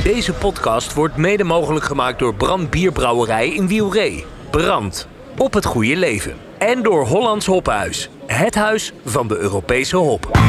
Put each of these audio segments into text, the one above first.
Deze podcast wordt mede mogelijk gemaakt door Brand Bierbrouwerij in Wielree. Brand. Op het goede leven. En door Hollands Hoppenhuis. Het huis van de Europese hop.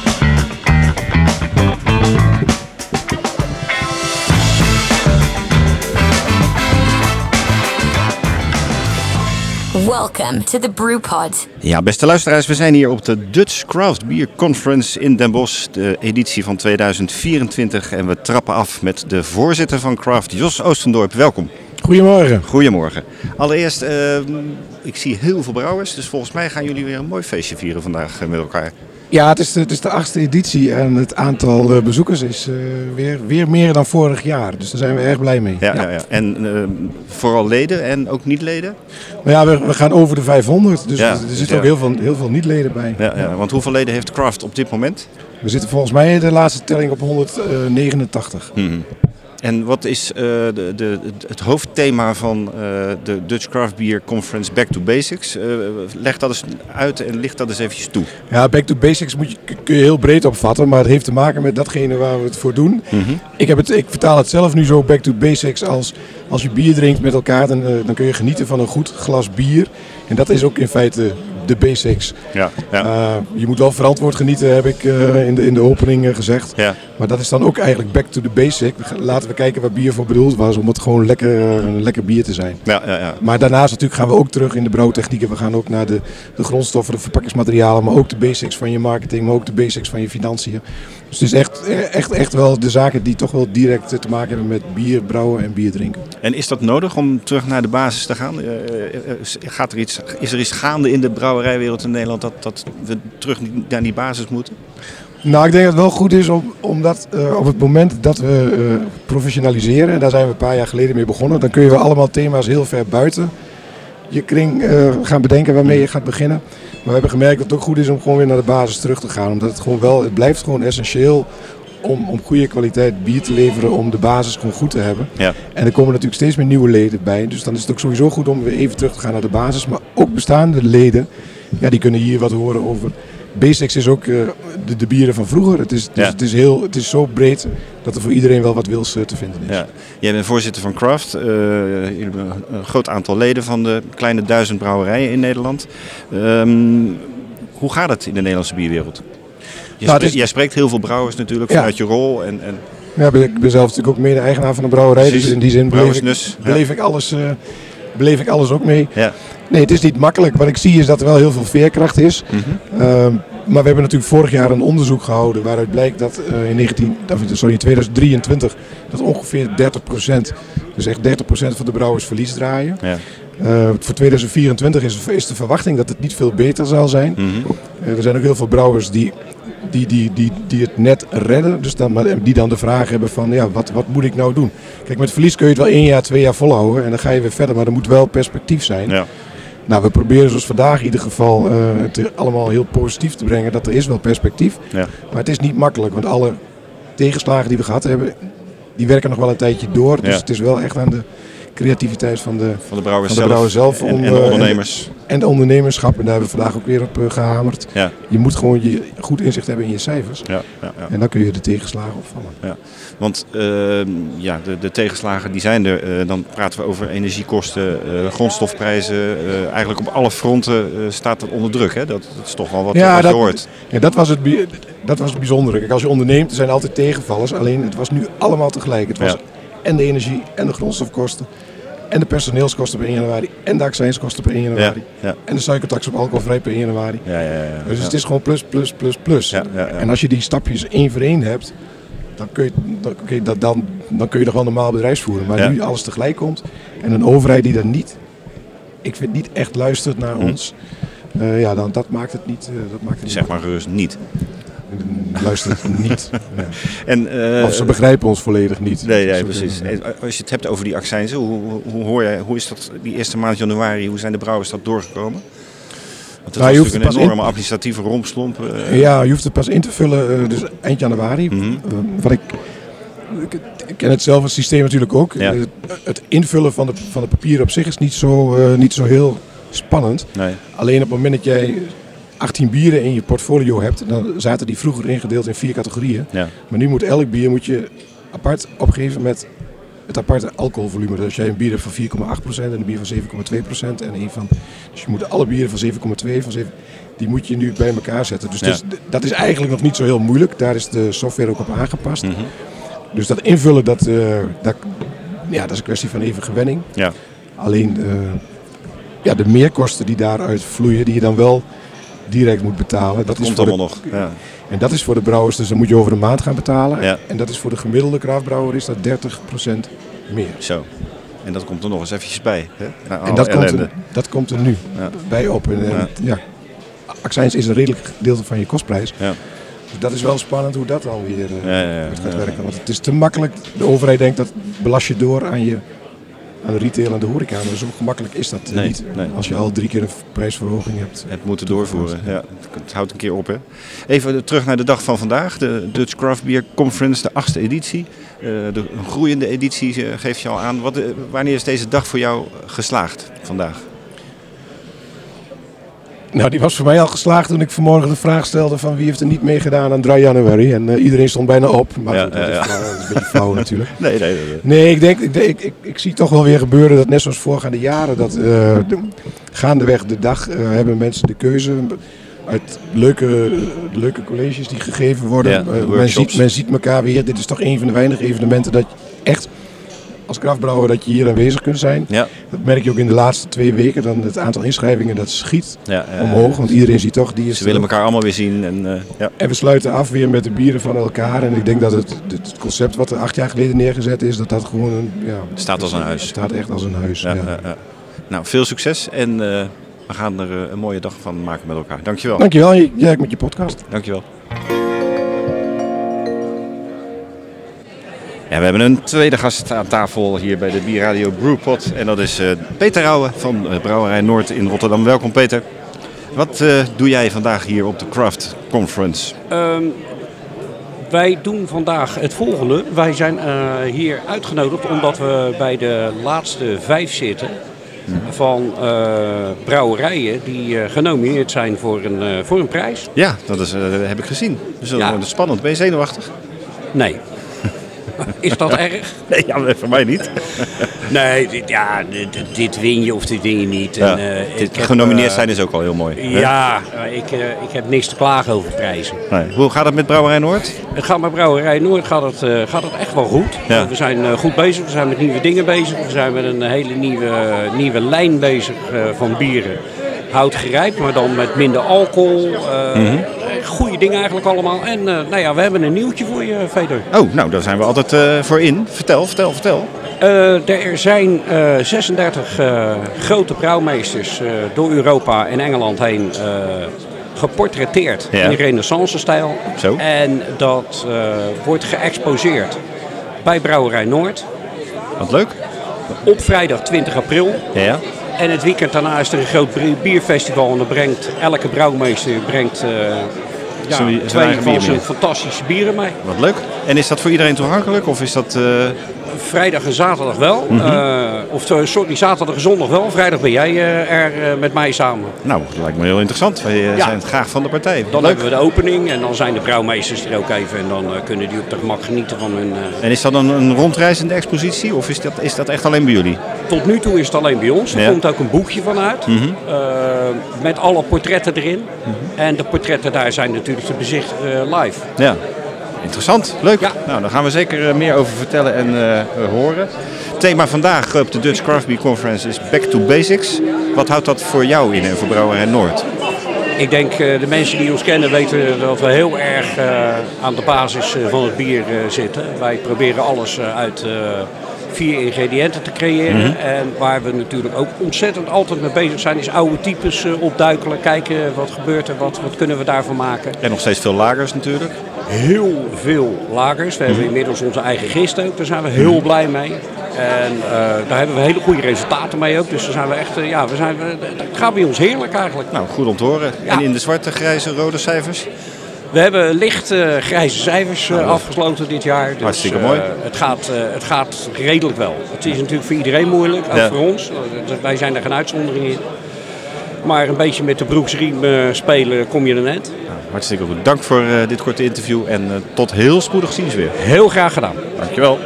Welcome to the Brewpod. Ja, beste luisteraars, we zijn hier op de Dutch Craft Beer Conference in Den Bosch, de editie van 2024. En we trappen af met de voorzitter van Craft, Jos Oostendorp. Welkom. Goedemorgen. Goedemorgen. Allereerst, ik zie heel veel brouwers, dus volgens mij gaan jullie weer een mooi feestje vieren vandaag met elkaar. Ja, het is de 8e editie en het aantal bezoekers is weer meer dan vorig jaar. Dus daar zijn we erg blij mee. Ja. En vooral leden en ook niet-leden? Maar ja, we gaan over de 500, dus Ja, er zitten ook heel veel niet-leden bij. Ja, want hoeveel leden heeft Craft op dit moment? We zitten volgens mij de laatste telling op 189. Mm-hmm. En wat is het hoofdthema van de Dutch Craft Beer Conference Back to Basics? Leg dat eens uit en licht dat eens eventjes toe. Ja, Back to Basics kun je heel breed opvatten, maar het heeft te maken met datgene waar we het voor doen. Mm-hmm. Ik vertaal het zelf nu zo, Back to Basics, als je bier drinkt met elkaar, dan kun je genieten van een goed glas bier. En dat is ook in feite de basics. Ja. Je moet wel verantwoord genieten, heb ik in de opening gezegd. Ja. Maar dat is dan ook eigenlijk back to the basic. Laten we kijken waar bier voor bedoeld was, om het gewoon lekker bier te zijn. Ja. Maar daarnaast natuurlijk gaan we ook terug in de brouwtechnieken. We gaan ook naar de grondstoffen, de verpakkingsmaterialen, maar ook de basics van je marketing, maar ook de basics van je financiën. Dus het is echt wel de zaken die toch wel direct te maken hebben met bier brouwen en bier drinken. En is dat nodig om terug naar de basis te gaan? Is er iets gaande in de brouwerijwereld in Nederland dat we terug naar die basis moeten? Nou, ik denk dat het wel goed is omdat op het moment dat we professionaliseren, en daar zijn we een paar jaar geleden mee begonnen, dan kun je wel allemaal thema's heel ver buiten je kring gaan bedenken waarmee je gaat beginnen. Maar we hebben gemerkt dat het ook goed is om gewoon weer naar de basis terug te gaan. Omdat het blijft gewoon essentieel om goede kwaliteit bier te leveren, om de basis gewoon goed te hebben. Ja. En er komen natuurlijk steeds meer nieuwe leden bij. Dus dan is het ook sowieso goed om weer even terug te gaan naar de basis. Maar ook bestaande leden, ja, die kunnen hier wat horen over. Basics is ook de bieren van vroeger. Het is zo breed dat er voor iedereen wel wat wils te vinden is. Ja. Jij bent voorzitter van Craft. Jullie hebben een groot aantal leden van de kleine 1000 brouwerijen in Nederland. Hoe gaat het in de Nederlandse bierwereld? Jij spreekt heel veel brouwers natuurlijk vanuit je rol. Ja, ik ben zelf natuurlijk ook mede-eigenaar van een brouwerij. Precies. Dus in die zin beleef ik alles ook mee. Ja. Nee, het is niet makkelijk. Wat ik zie is dat er wel heel veel veerkracht is. Mm-hmm. Maar we hebben natuurlijk vorig jaar een onderzoek gehouden waaruit blijkt dat in 2023 dat ongeveer 30%, dus echt 30% van de brouwers verlies draaien. Ja. Voor 2024 is de verwachting dat het niet veel beter zal zijn. Mm-hmm. Er zijn ook heel veel brouwers die het net redden, dus die dan de vraag hebben van ja, wat moet ik nou doen? Kijk, met verlies kun je het wel 1 jaar, 2 jaar volhouden en dan ga je weer verder, maar er moet wel perspectief zijn. Ja. Nou, we proberen zoals vandaag in ieder geval het allemaal heel positief te brengen, dat er is wel perspectief. Ja. Maar het is niet makkelijk, want alle tegenslagen die we gehad hebben, die werken nog wel een tijdje door. Dus het is wel echt aan de creativiteit van de brouwer zelf. En de ondernemers. En de ondernemerschap. En daar hebben we vandaag ook weer op gehamerd. Ja. Je moet gewoon goed inzicht hebben in je cijfers. Ja. En dan kun je de tegenslagen opvallen. Ja. Want de tegenslagen die zijn er. Dan praten we over energiekosten, grondstofprijzen. Eigenlijk op alle fronten staat dat onder druk. Hè? Dat is toch wel wat je hoort. Ja, dat was het bijzondere. Kijk, als je onderneemt, er zijn altijd tegenvallers. Alleen het was nu allemaal tegelijk. Het was en de energie en de grondstofkosten. En de personeelskosten per 1 januari. En de accijnskosten per 1 januari. Ja. En de suikertax op alcoholvrij per 1 januari. Ja. Dus het is gewoon plus. Ja. En als je die stapjes 1 voor 1 hebt, dan kun je nog wel normaal bedrijf voeren. Maar nu alles tegelijk komt. En een overheid die dan niet echt luistert naar ons. Dat maakt het niet. Zeg maar gerust niet. Luistert niet. Ja. En, of ze begrijpen ons volledig niet. Nee, precies. Als je het hebt over die accijnzen, hoe is dat die eerste maand januari, hoe zijn de brouwers dat doorgekomen? Want dat was natuurlijk een enorme administratieve rompslomp. Ja, je hoeft het pas in te vullen dus eind januari. Mm-hmm. Ik ken het zelf, het systeem natuurlijk ook. Ja. Het invullen van de papieren op zich is niet zo heel spannend. Nee. Alleen op het moment dat jij 18 bieren in je portfolio hebt, dan zaten die vroeger ingedeeld in 4 categorieën. Ja. Maar nu moet elk bier apart opgeven met het aparte alcoholvolume. Dus als jij een bier hebt van 4,8% en een bier van 7,2% en een van... Dus je moet alle bieren van 7,2, die moet je nu bij elkaar zetten. Dus dat is eigenlijk nog niet zo heel moeilijk. Daar is de software ook op aangepast. Mm-hmm. Dus dat invullen, dat is een kwestie van even gewenning. Ja. Alleen de meerkosten die daaruit vloeien, die je dan wel direct moet betalen. Dat komt allemaal nog. Ja. En dat is voor de brouwers, dus dan moet je over een maand gaan betalen. Ja. En dat is voor de gemiddelde craftbrouwer is dat 30% meer. Zo. En dat komt er nog eens eventjes bij. Hè? En dat komt er nu bij op. Accijns is een redelijk gedeelte van je kostprijs. Ja. Dus dat is wel spannend hoe dat dan weer gaat werken. Want het is te makkelijk. De overheid denkt dat belast je door aan de retail en de horeca. Maar zo gemakkelijk is dat niet. Nee. Als je al 3 keer een prijsverhoging hebt. Het moeten doorvoeren. Ja, het houdt een keer op. Hè. Even terug naar de dag van vandaag. De Dutch Craft Beer Conference, de 8e editie. Een groeiende editie geeft je al aan. Wanneer is deze dag voor jou geslaagd vandaag? Nou, die was voor mij al geslaagd toen ik vanmorgen de vraag stelde van wie heeft er niet meegedaan aan Dry January. En iedereen stond bijna op. Maar dat is een beetje flauw natuurlijk. Nee, ik zie toch wel weer gebeuren dat net zoals voorgaande jaren, dat gaandeweg de dag hebben mensen de keuze uit leuke colleges die gegeven worden. Ja, men ziet elkaar weer. Dit is toch een van de weinige evenementen dat echt als kraftbrouwer dat je hier aanwezig kunt zijn. Ja. Dat merk je ook in de laatste 2 weken. Dan het aantal inschrijvingen dat schiet omhoog. Want iedereen ziet toch... Ze willen elkaar allemaal weer zien. En we sluiten af weer met de bieren van elkaar. En ik denk dat het concept wat er 8 jaar geleden neergezet is, dat gewoon staat als een huis. Staat echt als een huis. Ja. Nou, veel succes. En we gaan er een mooie dag van maken met elkaar. Dankjewel. Dankjewel. Jij met je podcast. Dankjewel. Ja, we hebben een tweede gast aan tafel hier bij de Bierradio Brewpod. En dat is Peter Rauwe van Brouwerij Noord in Rotterdam. Welkom Peter. Wat doe jij vandaag hier op de Craft Conference? Wij doen vandaag het volgende. Wij zijn hier uitgenodigd omdat we bij de laatste 5 zitten van brouwerijen die genomineerd zijn voor een prijs. Ja, dat heb ik gezien. Dus dat is spannend. Ben je zenuwachtig? Nee. Is dat erg? Nee, voor mij niet. Nee, dit win je of dit win je niet. Ja, genomineerd zijn is ook wel heel mooi. Ja, ik heb niks te klagen over prijzen. Nee. Hoe gaat het met Brouwerij Noord? Het gaat met Brouwerij Noord gaat het echt wel goed. Ja. We zijn goed bezig, we zijn met nieuwe dingen bezig. We zijn met een hele nieuwe lijn bezig van bieren. Houtgerijpt, maar dan met minder alcohol. Goede dingen eigenlijk allemaal. En we hebben een nieuwtje voor je, Feder. Oh, nou, daar zijn we altijd voor in. Vertel. Er zijn 36 grote brouwmeesters door Europa en Engeland heen geportretteerd in Renaissance-stijl. Zo. En dat wordt geëxposeerd bij Brouwerij Noord. Wat leuk. Op vrijdag 20 april. Ja. En het weekend daarna is er een groot bierfestival. En dan brengt elke brouwmeester 2 van zijn fantastische bieren mee. Wat leuk. En is dat voor iedereen toegankelijk? Of is dat... Vrijdag en zaterdag wel. Zaterdag en zondag wel. Vrijdag ben jij er met mij samen. Nou, dat lijkt me heel interessant. Wij zijn graag van de partij. Dan hebben we de opening en dan zijn de brouwmeesters er ook even. En dan kunnen die op de gemak genieten van hun... En is dat dan een rondreizende expositie? Of is dat echt alleen bij jullie? Tot nu toe is het alleen bij ons. Er komt ook een boekje van uit. Met alle portretten erin. En de portretten daar zijn natuurlijk te bezichtigen live. Ja. Interessant, leuk. Ja. Nou, daar gaan we zeker meer over vertellen en horen. Het thema vandaag op de Dutch Craft Beer Conference is Back to Basics. Wat houdt dat voor jou in en voor Brouwerij Noord? Ik denk de mensen die ons kennen weten dat we heel erg aan de basis van het bier zitten. Wij proberen alles uit 4 ingrediënten te creëren. En waar we natuurlijk ook ontzettend altijd mee bezig zijn, is oude types opduikelen. Kijken wat gebeurt er, wat kunnen we daarvan maken. En nog steeds veel lagers natuurlijk. Heel veel lagers. We hebben inmiddels onze eigen gist ook. Daar zijn we heel blij mee. En daar hebben we hele goede resultaten mee ook. Dus daar zijn we echt, het gaat bij ons heerlijk eigenlijk. Nou, goed om te horen. Ja. En in de zwarte, grijze, rode cijfers? We hebben licht grijze cijfers afgesloten dit jaar. Dus, hartstikke mooi. Het gaat redelijk wel. Het is natuurlijk voor iedereen moeilijk, ook voor ons. Wij zijn daar geen uitzondering in. Maar een beetje met de broeksriem spelen kom je er net. Hartstikke goed. Dank voor dit korte interview en tot heel spoedig ziens weer. Heel graag gedaan. Dankjewel.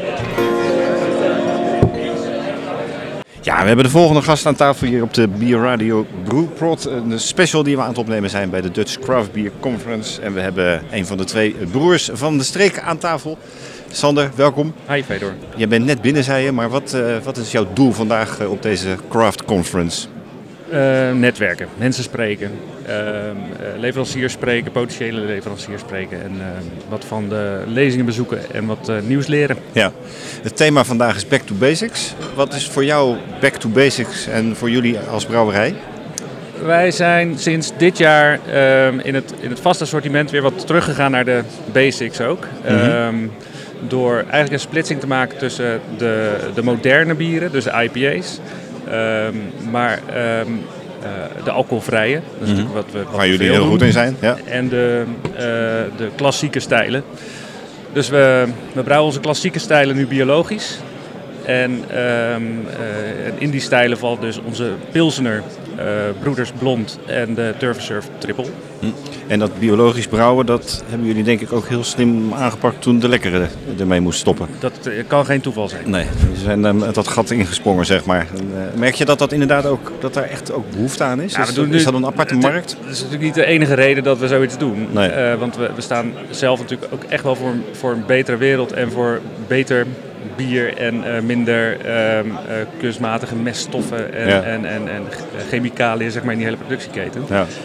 Ja, we hebben de volgende gast aan tafel hier op de Bier Radio Brewpod. Een special die we aan het opnemen zijn bij de Dutch Craft Beer Conference. En we hebben een van de 2 broers van de streek aan tafel. Sander, welkom. Hi Fedor. Jij bent net binnen, zei je, maar wat is jouw doel vandaag op deze Craft Conference? Netwerken, mensen spreken, leveranciers spreken, potentiële leveranciers spreken en wat van de lezingen bezoeken en wat nieuws leren. Ja, het thema vandaag is Back to Basics. Wat is voor jou Back to Basics en voor jullie als brouwerij? Wij zijn sinds dit jaar in het vaste assortiment weer wat teruggegaan naar de basics ook. Door eigenlijk een splitsing te maken tussen de moderne bieren, dus de IPA's. Maar de alcoholvrije, dat is natuurlijk wat waar jullie heel goed in zijn. Ja. En de klassieke stijlen. Dus we brouwen onze klassieke stijlen nu biologisch. En in die stijlen valt dus onze Pilsener, Broeders Blond en de Turfsurf Triple. En dat biologisch brouwen, dat hebben jullie denk ik ook heel slim aangepakt toen de lekkere ermee moest stoppen. Dat kan geen toeval zijn. Nee, we zijn dat gat ingesprongen, zeg maar. Merk je dat inderdaad ook, dat daar echt ook behoefte aan is? Ja, is dat een aparte markt? Dat is natuurlijk niet de enige reden dat we zoiets doen. Nee. Want we staan zelf natuurlijk ook echt wel voor een betere wereld en voor beter bier en minder kunstmatige meststoffen en chemicaliën, zeg maar, in die hele productieketen.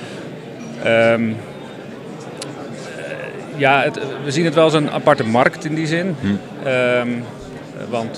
Ja. We zien het wel als een aparte markt in die zin. Want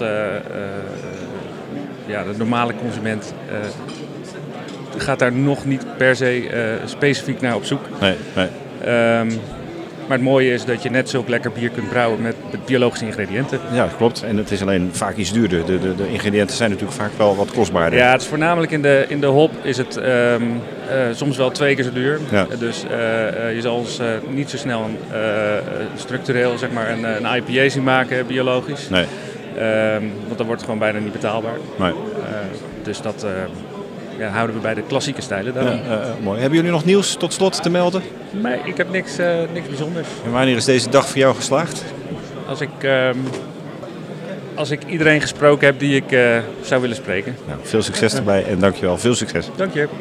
de normale consument gaat daar nog niet per se specifiek naar op zoek. Nee. Maar het mooie is dat je net zulk lekker bier kunt brouwen met biologische ingrediënten. Ja, klopt. En het is alleen vaak iets duurder. De ingrediënten zijn natuurlijk vaak wel wat kostbaarder. Ja, het is voornamelijk in de hop is het soms wel 2 keer zo duur. Ja. Dus je zal ons niet zo snel structureel zeg maar een IPA zien maken biologisch. Nee. Want dan wordt het gewoon bijna niet betaalbaar. Nee. Dus dat houden we bij de klassieke stijlen. Mooi. Hebben jullie nog nieuws tot slot te melden? Nee, ik heb niks bijzonders. En wanneer is deze dag voor jou geslaagd? Als ik iedereen gesproken heb die ik zou willen spreken. Nou, veel succes erbij en dankjewel. Veel succes. Dank je.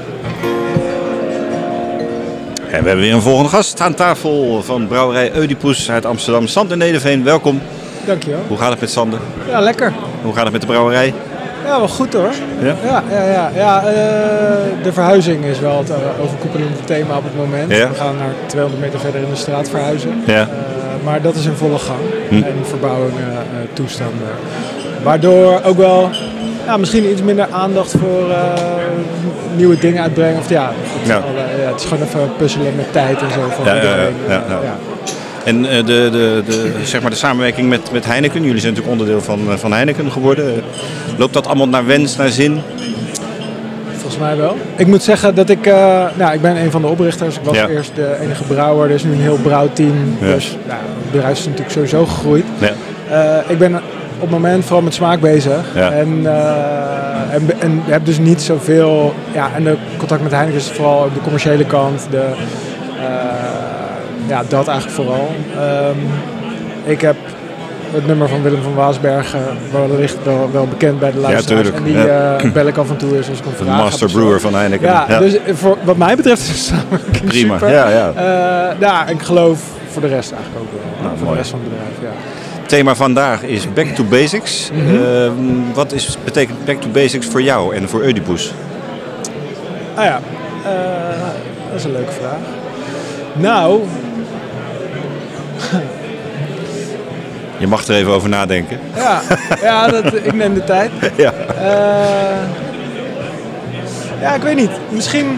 En we hebben weer een volgende gast aan tafel van brouwerij Oedipus uit Amsterdam. Sander Nederveen, welkom. Dankjewel. Hoe gaat het met Sander? Ja, lekker. Hoe gaat het met de brouwerij? Ja, wel goed hoor. Ja? De verhuizing is wel het overkoepelende thema op het moment. Ja? We gaan naar 200 meter verder in de straat verhuizen. Ja. Maar dat is in volle gang. En verbouwingen, toestanden. Waardoor ook wel misschien iets minder aandacht voor nieuwe dingen uitbrengen. Of het is gewoon even puzzelen met tijd en zo. Van iedereen. En de samenwerking met Heineken, jullie zijn natuurlijk onderdeel van Heineken geworden. Loopt dat allemaal naar wens, naar zin? Volgens mij wel. Ik moet zeggen dat ik ben een van de oprichters. Ik was eerst de enige brouwer. Er is nu een heel brouwteam. Ja. Dus het bedrijf is natuurlijk sowieso gegroeid. Ja. Ik ben op het moment vooral met smaak bezig. Ja. En heb dus niet zoveel... en de contact met Heineken is vooral de commerciële kant. Dat eigenlijk vooral. Ik heb het nummer van Willem van Waasbergen wellicht wel bekend bij de luisteraars. En die bel ik af en toe eens als ik een vraag heb. De master brewer van Heineken. Ja, dus voor wat mij betreft is het samenwerking prima. Super. En ik geloof voor de rest eigenlijk ook wel. Voor de rest van het bedrijf, Het thema vandaag is Back to Basics. Wat betekent Back to Basics voor jou en voor Oedipus? Dat is een leuke vraag. Nou... Je mag er even over nadenken. Ik neem de tijd. Ik weet niet. Misschien...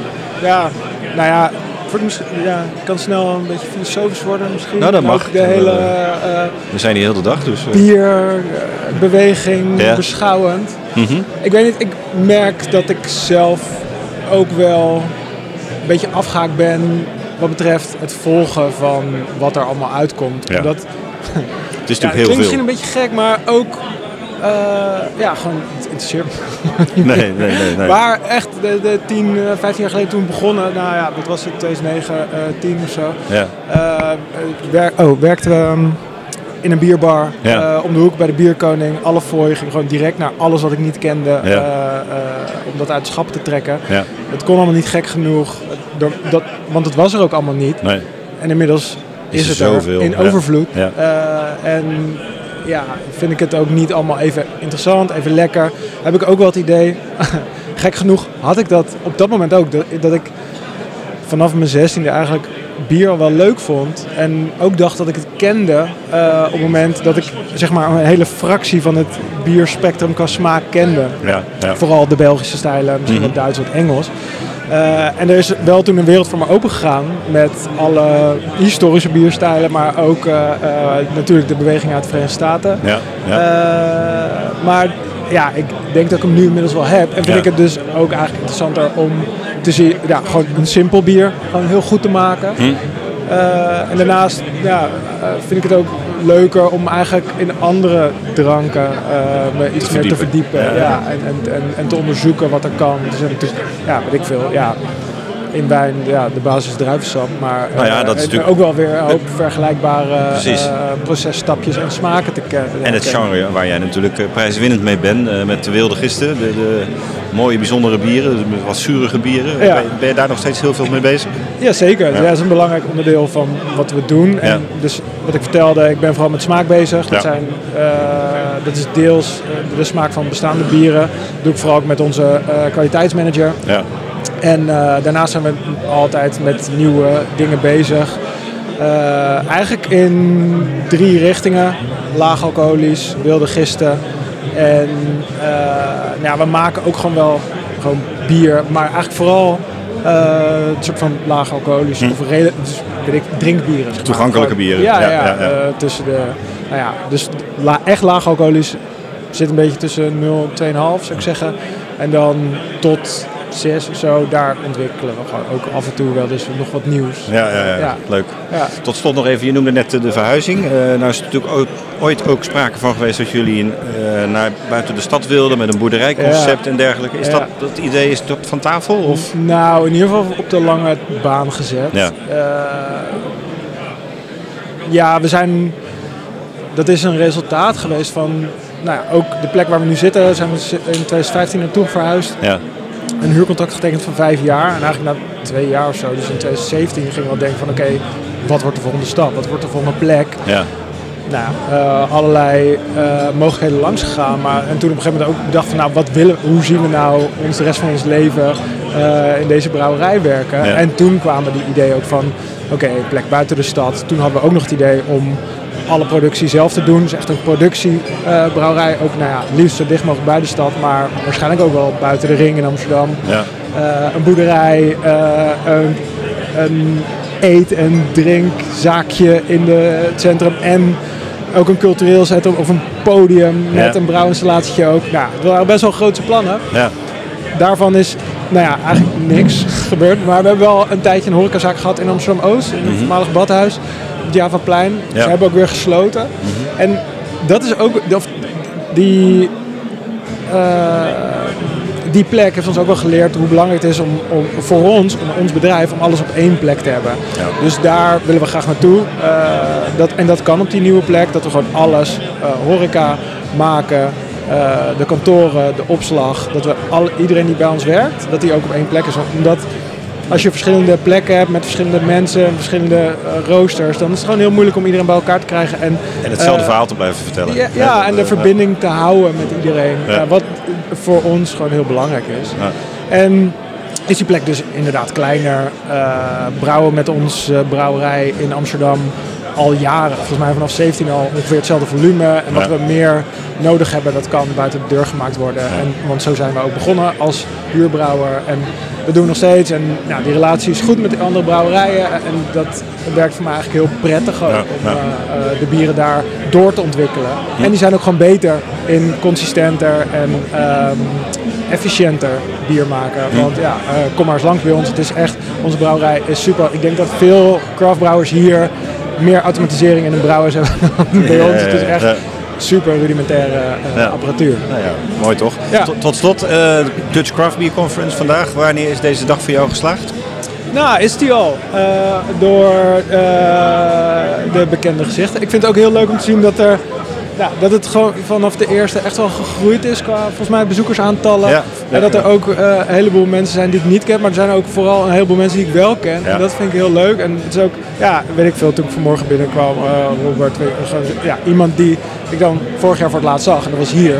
ik kan snel een beetje filosofisch worden misschien. Nou, dat mag. We zijn hier heel de dag, dus... Bierbeweging, beschouwend. Ik weet niet, ik merk dat ik zelf ook wel een beetje afgehaakt ben... wat betreft het volgen van wat er allemaal uitkomt. Ja. Omdat, het is natuurlijk heel veel. Misschien een beetje gek, maar ook Gewoon, het interesseert me. Nee. Maar echt, de 10, 15 jaar geleden toen begonnen, wat was het, 2009, 10 of zo. Ja. Werkten we in een bierbar om de hoek bij de Bierkoning. Alle fooi ging gewoon direct naar alles wat ik niet kende, om dat uit het schap te trekken. Ja. Het kon allemaal niet gek genoeg, want het was er ook allemaal niet. Nee. En inmiddels is het zoveel in overvloed. Ja. En vind ik het ook niet allemaal even interessant, even lekker. Heb ik ook wel het idee, gek genoeg had ik dat op dat moment ook, dat ik vanaf mijn 16e eigenlijk bier al wel leuk vond. En ook dacht dat ik het kende op het moment dat ik zeg maar een hele fractie van het bierspectrum qua smaak kende. Ja. Vooral de Belgische stijlen, misschien wat Duits, wat Engels. En er is wel toen een wereld voor me open gegaan met alle historische bierstijlen, maar ook natuurlijk de beweging uit de Verenigde Staten. Maar ik denk dat ik hem nu inmiddels wel heb. En vind ik het dus ook eigenlijk interessanter om te zien, gewoon een simpel bier gewoon heel goed te maken. En daarnaast vind ik het ook leuker om eigenlijk in andere dranken me iets meer te verdiepen. En te onderzoeken wat er kan. Er zijn natuurlijk, weet ik veel, in wijn, de basis is druivensap, maar dat is natuurlijk ook wel weer een hoop vergelijkbare processtapjes en smaken te kennen. En het genre waar jij natuurlijk prijswinnend mee bent, met de Wilde Gisten, de mooie bijzondere bieren, wat zurige bieren. Ja. Ben je daar nog steeds heel veel mee bezig? Ja, zeker. Ja. Dat is een belangrijk onderdeel van wat we doen. En dus wat ik vertelde, ik ben vooral met smaak bezig. Dat is deels de smaak van bestaande bieren. Dat doe ik vooral ook met onze kwaliteitsmanager. Ja. En daarnaast zijn we altijd met nieuwe dingen bezig. Eigenlijk in 3 richtingen. Laag alcoholisch, wilde gisten. En we maken ook gewoon bier. Maar eigenlijk vooral een soort van laag alcoholisch. Of drinkbieren. Zeg maar. Toegankelijke bieren. Tussen de... dus echt laag alcoholisch zit een beetje tussen 0 en 2,5 zou ik zeggen. En dan tot 6 of zo, daar ontwikkelen we gewoon ook af en toe wel dus nog wat nieuws. Ja. Leuk. Ja. Tot slot nog even, je noemde net de verhuizing. Nou is er natuurlijk ooit ook sprake van geweest dat jullie naar buiten de stad wilden met een boerderijconcept en dergelijke. Is dat idee, is dat van tafel? Of? Nou, in ieder geval op de lange baan gezet. Ja. We zijn... Dat is een resultaat geweest van... ook de plek waar we nu zitten, zijn we in 2015 naartoe verhuisd. Ja. Een huurcontract getekend van 5 jaar. En eigenlijk na 2 jaar of zo, dus in 2017 gingen we wel denken van oké, wat wordt de volgende stap? Wat wordt de volgende plek? Ja. Allerlei mogelijkheden langs gegaan. En toen op een gegeven moment ook bedacht van hoe zien we nou ons de rest van ons leven in deze brouwerij werken? Ja. En toen kwamen die ideeën ook van oké, plek buiten de stad. Toen hadden we ook nog het idee om alle productie zelf te doen. Dus echt een productiebrouwerij. Ook liefst zo dicht mogelijk bij de stad, maar waarschijnlijk ook wel buiten de ring in Amsterdam. Ja. Een boerderij, een eet- en drinkzaakje in het centrum en ook een cultureel centrum of een podium met een brouwinstallatietje ook. Dat waren best wel grote plannen. Ja. Daarvan is eigenlijk niks gebeurd. Maar we hebben wel een tijdje een horecazaak gehad in Amsterdam-Oost, in een voormalig badhuis. Het Javaplein. Ja. Ze hebben ook weer gesloten. En dat is ook... Die plek heeft ons ook wel geleerd hoe belangrijk het is om voor ons bedrijf, om alles op één plek te hebben. Ja. Dus daar willen we graag naartoe. Dat kan op die nieuwe plek. Dat we gewoon alles, horeca maken, de kantoren, de opslag. Dat we iedereen die bij ons werkt, dat die ook op één plek is. Omdat als je verschillende plekken hebt met verschillende mensen, verschillende roosters, dan is het gewoon heel moeilijk om iedereen bij elkaar te krijgen. En hetzelfde verhaal te blijven vertellen. En de verbinding te houden met iedereen. Ja. Wat voor ons gewoon heel belangrijk is. Ja. En is die plek dus inderdaad kleiner. Brouwen met ons brouwerij in Amsterdam al jaren, volgens mij vanaf 17 al ongeveer hetzelfde volume. En wat we meer nodig hebben, dat kan buiten de deur gemaakt worden. Want zo zijn we ook begonnen als huurbrouwer. En we doen nog steeds. En die relatie is goed met de andere brouwerijen. En dat werkt voor mij eigenlijk heel prettig ook, om de bieren daar door te ontwikkelen. En die zijn ook gewoon beter in consistenter en efficiënter bier maken. Want kom maar eens langs bij ons. Het is echt, onze brouwerij is super. Ik denk dat veel craftbrouwers hier meer automatisering in hun brouwers hebben dan bij ons. Het is echt super rudimentaire apparatuur. Nou ja, mooi toch? Ja. Tot slot, Dutch Craft Beer Conference vandaag. Wanneer is deze dag voor jou geslaagd? Nou, is die al. Door de bekende gezichten. Ik vind het ook heel leuk om te zien dat het gewoon vanaf de eerste echt wel gegroeid is qua volgens mij bezoekersaantallen. Ja, en dat er ook een heleboel mensen zijn die ik niet ken, maar er zijn ook vooral een heleboel mensen die ik wel ken. Ja. En dat vind ik heel leuk. En het is ook, weet ik veel, toen ik vanmorgen binnenkwam, Robert, iemand die ik dan vorig jaar voor het laatst zag en dat was hier.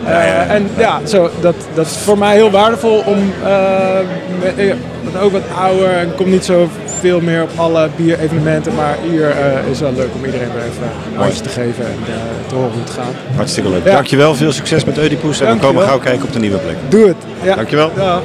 Dat is voor mij heel waardevol om ook wat ouder en komt niet zo veel meer op alle bierevenementen, maar hier is wel leuk om iedereen weer even een handje te geven en te horen hoe het gaat. Hartstikke leuk. Ja. Dankjewel, veel succes met Oedipus en we komen gauw kijken op de nieuwe plek. Doe het. Ja. Dankjewel. Ja.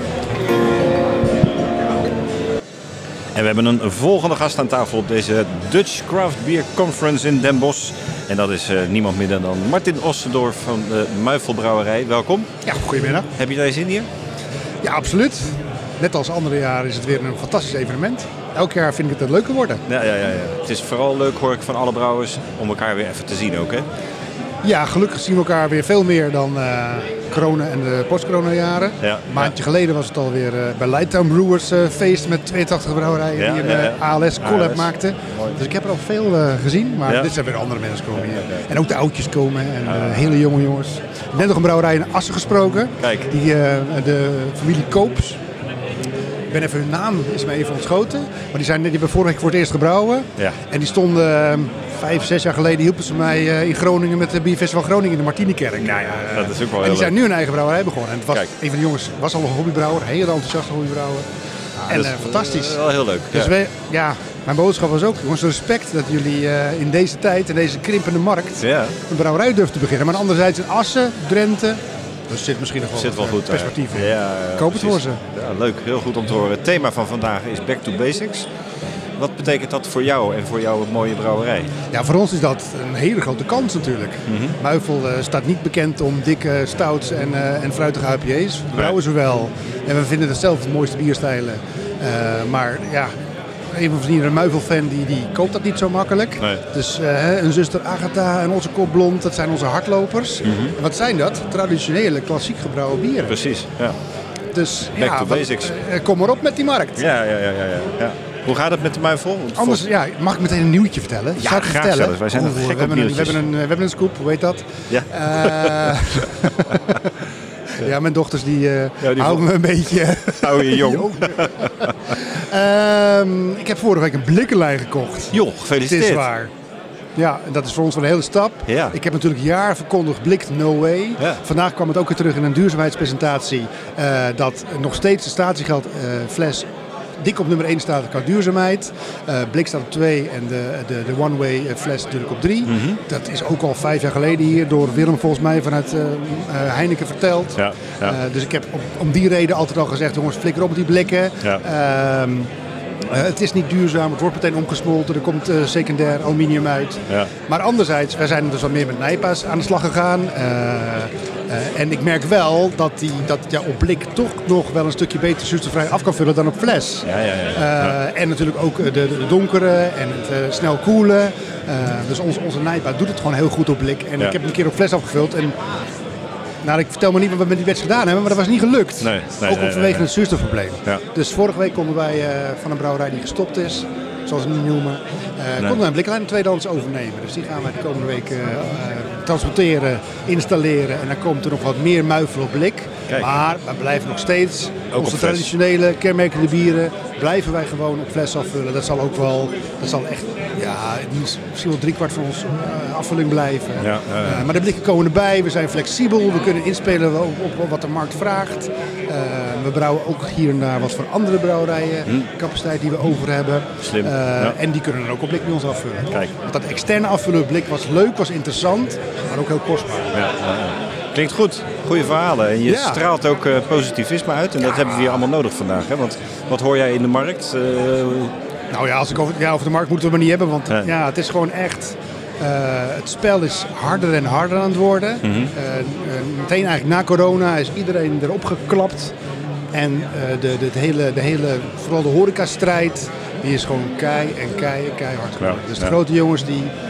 En we hebben een volgende gast aan tafel op deze Dutch Craft Beer Conference in Den Bosch. En dat is niemand minder dan Martin Ossendorf van de Muifelbrouwerij. Welkom. Ja, goedemiddag. Heb je daar zin hier? Ja, absoluut. Net als andere jaren is het weer een fantastisch evenement. Elk jaar vind ik het leuker worden. Ja. Het is vooral leuk, hoor ik van alle brouwers, om elkaar weer even te zien ook, hè? Ja, gelukkig zien we elkaar weer veel meer dan corona en de post-corona jaren. Ja, een maandje geleden was het alweer bij Lighttown Brewers feest met 82 brouwerijen die een ALS collab maakten. Dus ik heb er al veel gezien, maar dit zijn weer andere mensen komen hier. En ook de oudjes komen en hele jonge jongens. Ik heb net nog een brouwerij in Assen gesproken. Kijk. De familie Koops. Ik ben even hun naam, is me even ontschoten. Maar die hebben vorige week voor het eerst gebrouwen. Ja. En die stonden 5-6 jaar geleden, hielpen ze mij in Groningen met de Bierfestival Groningen in de Martinikerk. Nou ja, dat is ook wel en die zijn nu een eigen brouwerij begonnen. En het was, een van de jongens was al een hobbybrouwer, een hele enthousiaste hobbybrouwer. En fantastisch. Wel heel leuk. Dus mijn boodschap was ook, jongens, respect dat jullie in deze tijd, in deze krimpende markt, een brouwerij durven te beginnen. Maar anderzijds in Assen, Drenthe. Dus zit misschien nog wel goed perspectief in. Koop het voor ze. Ja, leuk, heel goed om te horen. Het thema van vandaag is Back to Basics. Wat betekent dat voor jou en voor jouw mooie brouwerij? Ja, voor ons is dat een hele grote kans natuurlijk. Muifel staat niet bekend om dikke stouts en fruitige IPA's. We brouwen ze wel. En we vinden het zelf de mooiste bierstijlen. Maar ja, een van vrienden, een Muifel-fan, die koopt dat niet zo makkelijk. Nee. Dus een zuster Agatha en onze kop blond, dat zijn onze hardlopers. En wat zijn dat? Traditionele, klassiek gebrouwen bieren. Precies, ja. Dus Back to basics. Kom maar op met die markt. Ja. Hoe gaat het met de Muifel? Anders, mag ik meteen een nieuwtje vertellen? Ja, graag zelfs. Wij zijn gek op nieuwtjes. We hebben een scoop, hoe heet dat? Ja. Ja, mijn dochters die houden me een beetje... Hou je jong. Ik heb vorige week een blikkenlijn gekocht. Joh, gefeliciteerd. Het is waar. Ja, en dat is voor ons wel een hele stap. Ja. Ik heb natuurlijk jaren verkondigd, blik no way. Ja. Vandaag kwam het ook weer terug in een duurzaamheidspresentatie. Dat nog steeds de statiegeld fles dik op nummer 1 staat qua duurzaamheid. Blik staat op 2 en de one-way fles natuurlijk op 3. Dat is ook al 5 jaar geleden hier door Willem volgens mij vanuit Heineken verteld. Ja. Dus ik heb om die reden altijd al gezegd, jongens, flikker op met die blikken. Ja. Het is niet duurzaam, het wordt meteen omgesmolten, er komt secundair aluminium uit. Ja. Maar anderzijds, wij zijn dus wat meer met nijpa's aan de slag gegaan. En ik merk wel dat je op blik toch nog wel een stukje beter zuurstofvrij af kan vullen dan op fles. Ja. En natuurlijk ook de donkere en het snel koelen. Dus onze nijpa doet het gewoon heel goed op blik. En ik heb een keer op fles afgevuld. En nou, ik vertel maar niet wat we met die wedstrijd gedaan hebben, maar dat was niet gelukt. Nee, ook vanwege het zuurstofprobleem. Ja. Dus vorige week konden wij van een brouwerij die gestopt is, zoals we het niet noemen, konden wij een bliklijn tweedehands overnemen. Dus die gaan wij de komende week transporteren, installeren en dan komt er nog wat meer Muifel op blik. Kijk. Maar we blijven nog steeds ook onze traditionele kenmerkende bieren blijven wij gewoon op fles afvullen. Dat zal ook wel, echt, misschien wel 3/4 van onze afvulling blijven. Ja. Maar de blikken komen erbij, we zijn flexibel, we kunnen inspelen op wat de markt vraagt. We brouwen ook hier en daar wat voor andere brouwerijen, capaciteit die we over hebben. Slim. En die kunnen dan ook op blik bij ons afvullen. Kijk. Want dat externe afvullen op blik was leuk, was interessant, maar ook heel kostbaar. Ja. Klinkt goed, goede verhalen. En je straalt ook positivisme uit. En dat hebben we hier allemaal nodig vandaag. Hè? Want wat hoor jij in de markt? Nou ja, als ik over de markt moeten we maar niet hebben. Want het is gewoon echt... het spel is harder en harder aan het worden. Meteen eigenlijk na corona is iedereen erop geklapt. En de hele, vooral de horecastrijd, die is gewoon keihard geworden. Dus de grote jongens die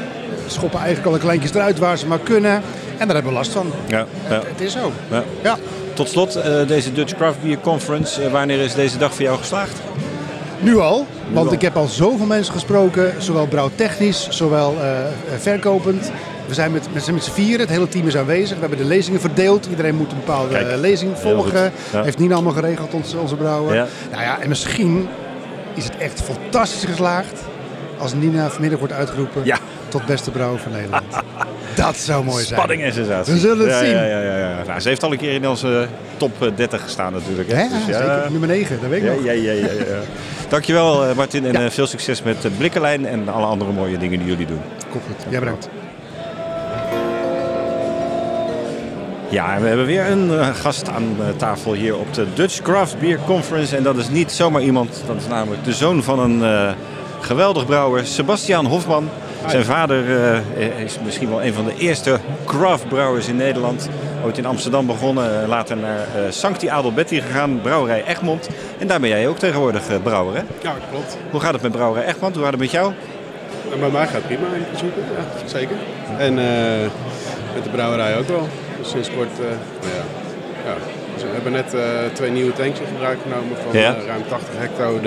schoppen eigenlijk alle kleintjes eruit waar ze maar kunnen. En daar hebben we last van. Ja. Het is zo. Ja. Tot slot, deze Dutch Craft Beer Conference. Wanneer is deze dag voor jou geslaagd? Nu al, want ik heb al zoveel mensen gesproken. Zowel brouwtechnisch, zowel verkopend. We zijn met z'n vieren, het hele team is aanwezig. We hebben de lezingen verdeeld. Iedereen moet een bepaalde lezing volgen. Ja. Heeft Nina allemaal geregeld, onze brouwer. Ja. Nou ja, en misschien is het echt fantastisch geslaagd als Nina vanmiddag wordt uitgeroepen tot beste brouwer van Nederland. Dat zou mooi zijn. Spanning en sensatie. We zullen het zien. Ja. Nou, ze heeft al een keer in onze top 30 gestaan natuurlijk. Hè? Dus, zeker. Nummer 9, dat weet ik nog. Ja. Dankjewel Martin en veel succes met Blikkenlijn en alle andere mooie dingen die jullie doen. Komt goed. Jij bedankt. Ja, we hebben weer een gast aan tafel hier op de Dutch Craft Beer Conference. En dat is niet zomaar iemand, dat is namelijk de zoon van een geweldig brouwer, Sebastian Hofman. Zijn vader is misschien wel een van de eerste craftbrouwers in Nederland. Ooit in Amsterdam begonnen, later naar Sancti Adelbetti gegaan, brouwerij Egmond. En daar ben jij ook tegenwoordig brouwer, hè? Ja, klopt. Hoe gaat het met brouwerij Egmond? Hoe gaat het met jou? En bij mij gaat het prima in principe, ja, zeker. En met de brouwerij ook wel. Dus sinds kort, Dus we hebben net 2 nieuwe tanks in gebruik genomen van ruim 80 hecto.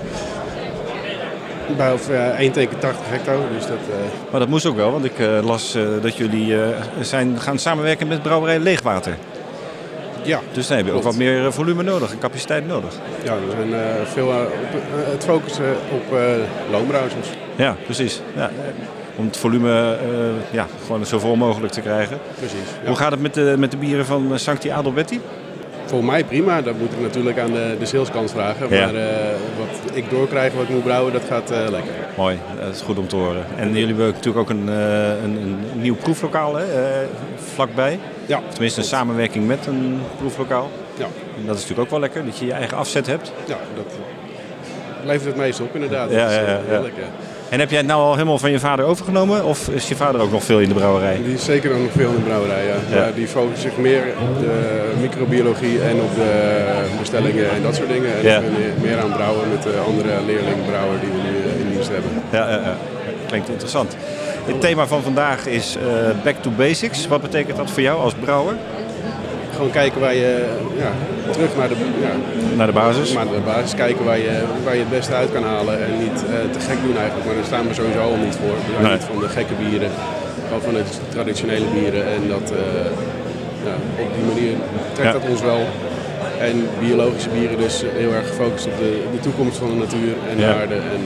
Eén tank 80 hecto. Dus dat, Maar dat moest ook wel, want ik las dat jullie zijn gaan samenwerken met brouwerij Leegwater. Ja. Dus dan heb je ook wat meer volume nodig en capaciteit nodig. Ja, we zijn veel het focussen op loonbrouwers. Ja, precies. Ja. Om het volume gewoon zo vol mogelijk te krijgen. Precies. Ja. Hoe gaat het met de bieren van Sancti Adelbetti? Voor mij prima. Dat moet ik natuurlijk aan de saleskant vragen. Ja. Maar wat ik doorkrijg, wat ik moet brouwen, dat gaat lekker. Mooi, dat is goed om te horen. En jullie hebben natuurlijk ook een nieuw proeflokaal vlakbij. Ja. Tenminste een samenwerking met een proeflokaal. Ja. En dat is natuurlijk ook wel lekker, dat je je eigen afzet hebt. Ja, dat levert het meest op inderdaad. Ja, heerlijk. En heb jij het nou al helemaal van je vader overgenomen? Of is je vader ook nog veel in de brouwerij? Die is zeker nog veel in de brouwerij, ja. Maar die focust zich meer op de microbiologie en op de bestellingen en dat soort dingen. En ik ben meer aan brouwen met de andere leerlingbrouwer die we nu in dienst hebben. Ja. Klinkt interessant. Het thema van vandaag is Back to Basics. Wat betekent dat voor jou als brouwer? Gewoon kijken waar je terug naar de basis. Maar de basis kijken waar je het beste uit kan halen en niet te gek doen eigenlijk. Maar daar staan we sowieso al niet voor. We zijn niet van de gekke bieren, maar van de traditionele bieren. En dat, op die manier trekt dat ons wel. En biologische bieren dus heel erg gefocust op de toekomst van de natuur en de aarde. En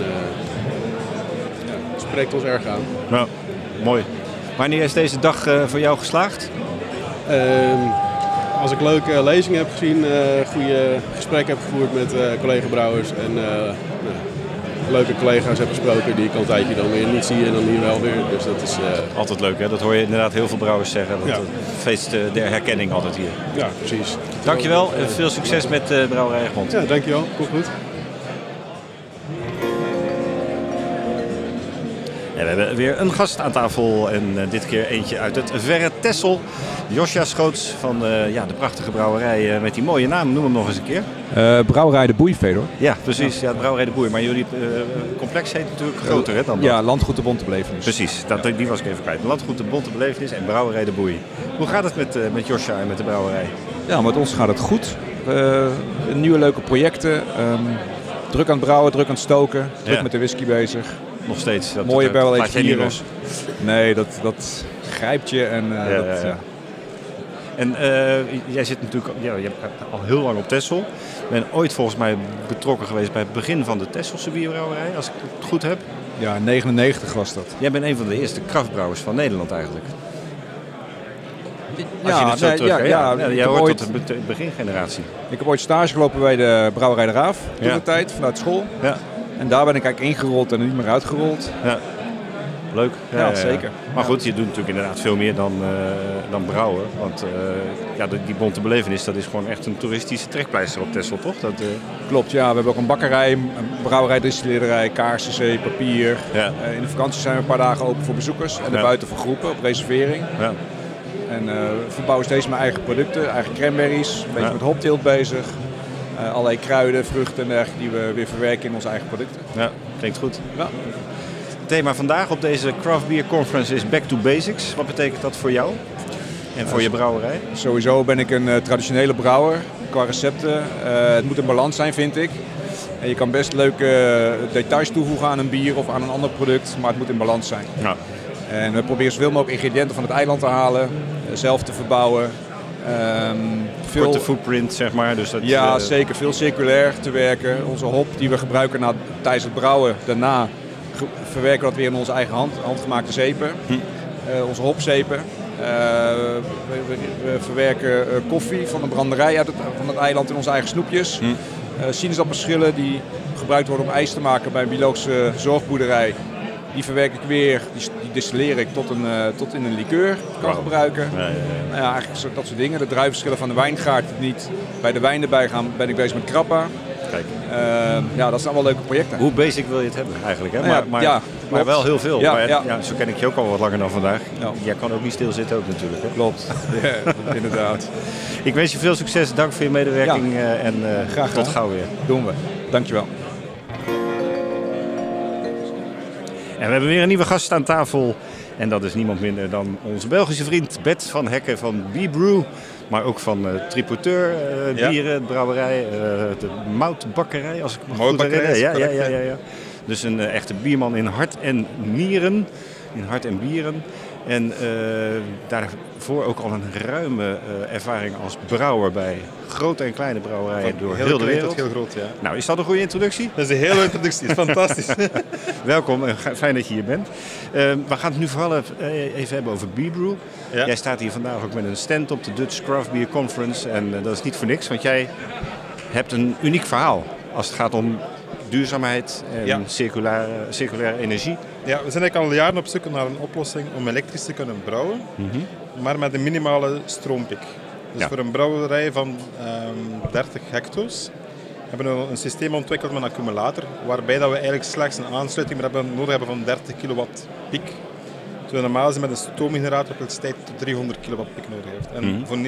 het spreekt ons erg aan. Nou, mooi. Wanneer is deze dag voor jou geslaagd? Als ik leuke lezingen heb gezien, goede gesprekken heb gevoerd met collega-brouwers en leuke collega's heb gesproken die ik al een tijdje dan weer niet zie en dan hier wel weer. Dus dat is altijd leuk, hè? Dat hoor je inderdaad heel veel brouwers zeggen. Dat feest der herkenning altijd hier. Ja, precies. Dankjewel en veel succes met Brouwerij Egmond. Ja, dankjewel. Komt goed. Ja, we hebben weer een gast aan tafel en dit keer eentje uit het verre Texel. Josja Schoots van de prachtige brouwerij met die mooie naam. Noem hem nog eens een keer. Brouwerij de Boei, Fedor. Ja, precies. Ja, Brouwerij de Boei. Maar jullie complex heet natuurlijk groter hè, dan dat. Ja, Landgoed de Bonte Belevenis. Precies, die was ik even kwijt. Landgoed de Bonte Belevenis en Brouwerij de Boei. Hoe gaat het met Josja en met de brouwerij? Ja, met ons gaat het goed. Nieuwe leuke projecten. Druk aan het brouwen, druk aan het stoken. Druk met de whisky bezig. Nog steeds. Mooie barrel aged bieren. Nee, dat grijpt je. En, En jij zit natuurlijk je hebt al heel lang op Texel. Je bent ooit volgens mij betrokken geweest bij het begin van de Texelse bierbrouwerij, als ik het goed heb. Ja, 99 was dat. Jij bent een van de eerste kraftbrouwers van Nederland eigenlijk. Jij hoort ooit tot de begingeneratie. Ik heb ooit stage gelopen bij de Brouwerij de Raaf, toen de tijd, vanuit school. Ja. En daar ben ik eigenlijk ingerold en er niet meer uitgerold. Ja. Leuk. Ja, zeker. Maar goed, je doet natuurlijk inderdaad veel meer dan brouwen. Want die Bonte Belevenis, dat is gewoon echt een toeristische trekpleister op Texel, toch? Klopt, ja. We hebben ook een bakkerij, een brouwerij, distilleerderij, kaarsen, zee, papier. Ja. In de vakantie zijn we een paar dagen open voor bezoekers en buiten voor groepen op reservering. Ja. En we verbouwen steeds mijn eigen producten, eigen cranberries, een beetje met hopteelt bezig. Allerlei kruiden, vruchten en dergelijke die we weer verwerken in onze eigen producten. Ja, klinkt goed. Ja. thema vandaag op deze Craft Beer Conference is Back to Basics. Wat betekent dat voor jou en voor je brouwerij? Sowieso ben ik een traditionele brouwer qua recepten. Het moet in balans zijn, vind ik. En je kan best leuke details toevoegen aan een bier of aan een ander product, maar het moet in balans zijn. Ja. En we proberen zoveel mogelijk ingrediënten van het eiland te halen, zelf te verbouwen. Korte footprint, zeg maar. Dus dat, zeker. Veel circulair te werken. Onze hop die we gebruiken tijdens het brouwen, daarna verwerken we dat weer in onze eigen handgemaakte zeepen. Onze hopzeepen. We verwerken koffie van de branderij van het eiland in onze eigen snoepjes. Sinaasappelschillen die gebruikt worden om ijs te maken bij een biologische zorgboerderij. Die verwerk ik weer, die distilleer ik tot in een liqueur kan gebruiken. Nou ja, eigenlijk dat soort dingen. De druivenschillen van de wijngaard die niet bij de wijn erbij gaan, ben ik bezig met krappa. Kijk. Dat zijn wel leuke projecten. Hoe basic wil je het hebben eigenlijk? Hè? Maar wel heel veel. Zo ken ik je ook al wat langer dan vandaag. Ja. Jij kan ook niet stilzitten ook natuurlijk. Hè? Klopt, inderdaad. Ik wens je veel succes, dank voor je medewerking en graag tot gauw weer. Doen we. Dankjewel. En we hebben weer een nieuwe gast aan tafel. En dat is niemand minder dan onze Belgische vriend Bert van Hekken van B-Brew. Maar ook van Tripoteur bieren, brouwerij, de moutbakkerij, als ik me goed herinner. Ja. Dus een echte bierman in hart en nieren. In hart en bieren. En daarvoor ook al een ruime ervaring als brouwer bij grote en kleine brouwerijen door heel de wereld. Heel groot, ja. Nou, is dat een goede introductie? Dat is een hele introductie, fantastisch. Welkom en fijn dat je hier bent. We gaan het nu vooral even hebben over B-Brew. Ja. Jij staat hier vandaag ook met een stand op de Dutch Craft Beer Conference. En dat is niet voor niks, want jij hebt een uniek verhaal als het gaat om duurzaamheid en circulaire energie. Ja, we zijn eigenlijk al jaren op zoek naar een oplossing om elektrisch te kunnen brouwen, maar met een minimale stroompiek. Dus voor een brouwerij van 30 hecto's hebben we een systeem ontwikkeld met een accumulator, waarbij dat we eigenlijk slechts een aansluiting nodig hebben van 30 kilowatt piek. Terwijl normaal met een stoomgenerator op elektriciteit tot 300 kilowatt piek nodig heeft. En voor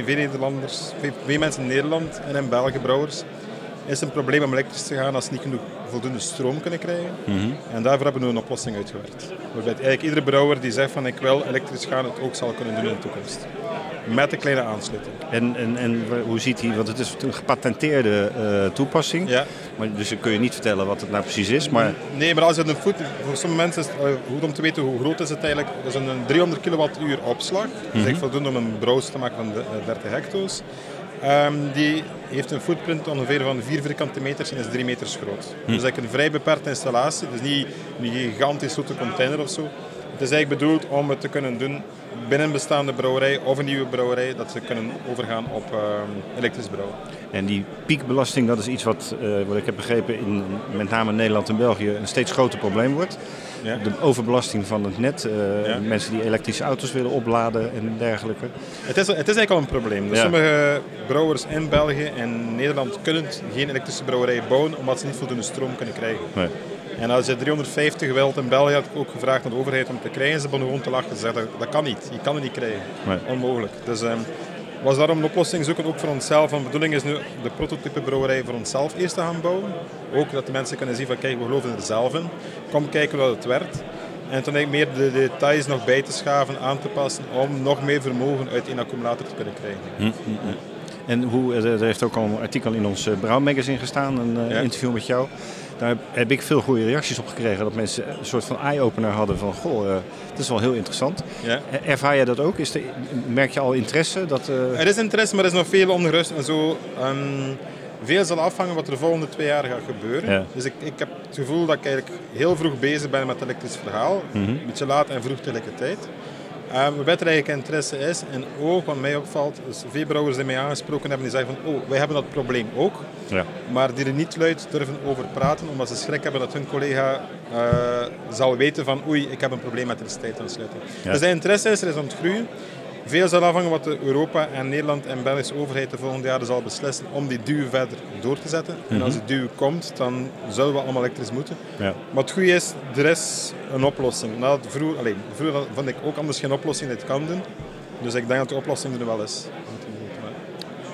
veel mensen in Nederland en in België, brouwers, is het een probleem om elektrisch te gaan als ze niet genoeg voldoende stroom kunnen krijgen. En daarvoor hebben we een oplossing uitgewerkt. Waarbij eigenlijk iedere brouwer die zegt van ik wil elektrisch gaan, het ook zal kunnen doen in de toekomst. Met een kleine aansluiting. En hoe ziet hij, want het is een gepatenteerde toepassing. Ja. Maar dus kun je niet vertellen wat het nou precies is. Maar... Nee, maar als je voor sommige mensen is het goed om te weten hoe groot is het eigenlijk. Dat is een 300 kilowattuur opslag. Dat is echt voldoende om een brouws te maken van 30 hecto's. Die heeft een footprint ongeveer van 4 vierkante meters en is 3 meters groot. Dus eigenlijk een vrij beperkte installatie. Het is niet een gigantisch grote container of zo. Het is eigenlijk bedoeld om het te kunnen doen binnen een bestaande brouwerij of een nieuwe brouwerij, dat ze kunnen overgaan op elektrisch brouwen. En die piekbelasting, dat is iets wat ik heb begrepen in met name Nederland en België een steeds groter probleem wordt. Ja. De overbelasting van het net, mensen die elektrische auto's willen opladen en dergelijke. Het is eigenlijk al een probleem. Dus sommige brouwers in België en Nederland kunnen geen elektrische brouwerij bouwen omdat ze niet voldoende stroom kunnen krijgen. Nee. En als je 350 wilt in België, had ik ook gevraagd aan de overheid om te krijgen. Ze begonnen gewoon te lachen. Ze zeiden dat kan niet. Je kan het niet krijgen. Nee. Onmogelijk. Dus was daarom een oplossing zoeken, ook voor onszelf. De bedoeling is nu de prototype brouwerij voor onszelf eerst te gaan bouwen. Ook dat de mensen kunnen zien van kijk, we geloven er zelf in. Kom kijken hoe het werkt. En toen meer de details nog bij te schaven, aan te passen om nog meer vermogen uit één accumulator te kunnen krijgen. En er heeft ook al een artikel in ons Brouwmagazine gestaan, een interview met jou. Daar heb ik veel goede reacties op gekregen. Dat mensen een soort van eye-opener hadden van het is wel heel interessant. Ja. Ervaar jij dat ook? Merk je al interesse? Er is interesse, maar er is nog veel onrust en zo. Veel zal afhangen wat er de volgende 2 jaar gaat gebeuren. Ja. Dus ik heb het gevoel dat ik eigenlijk heel vroeg bezig ben met het elektrisch verhaal. Een beetje laat en vroeg tegelijkertijd. Wat er eigenlijk interesse is, en ook wat mij opvalt, is veel brouwers die mij aangesproken hebben, die zeggen van wij hebben dat probleem ook, maar die er niet luid durven over praten, omdat ze schrik hebben dat hun collega zal weten van ik heb een probleem met elektriciteitsaansluiting. Ja. Dus de interesse is aan het groeien. Veel zal afhangen wat Europa en Nederland en Belgische overheid de volgende jaren zal beslissen om die duw verder door te zetten. En als die duw komt, dan zullen we allemaal elektrisch moeten. Ja. Maar het goede is, er is een oplossing. Vroeger vond ik ook anders geen oplossing die het kan doen. Dus ik denk dat de oplossing er wel is.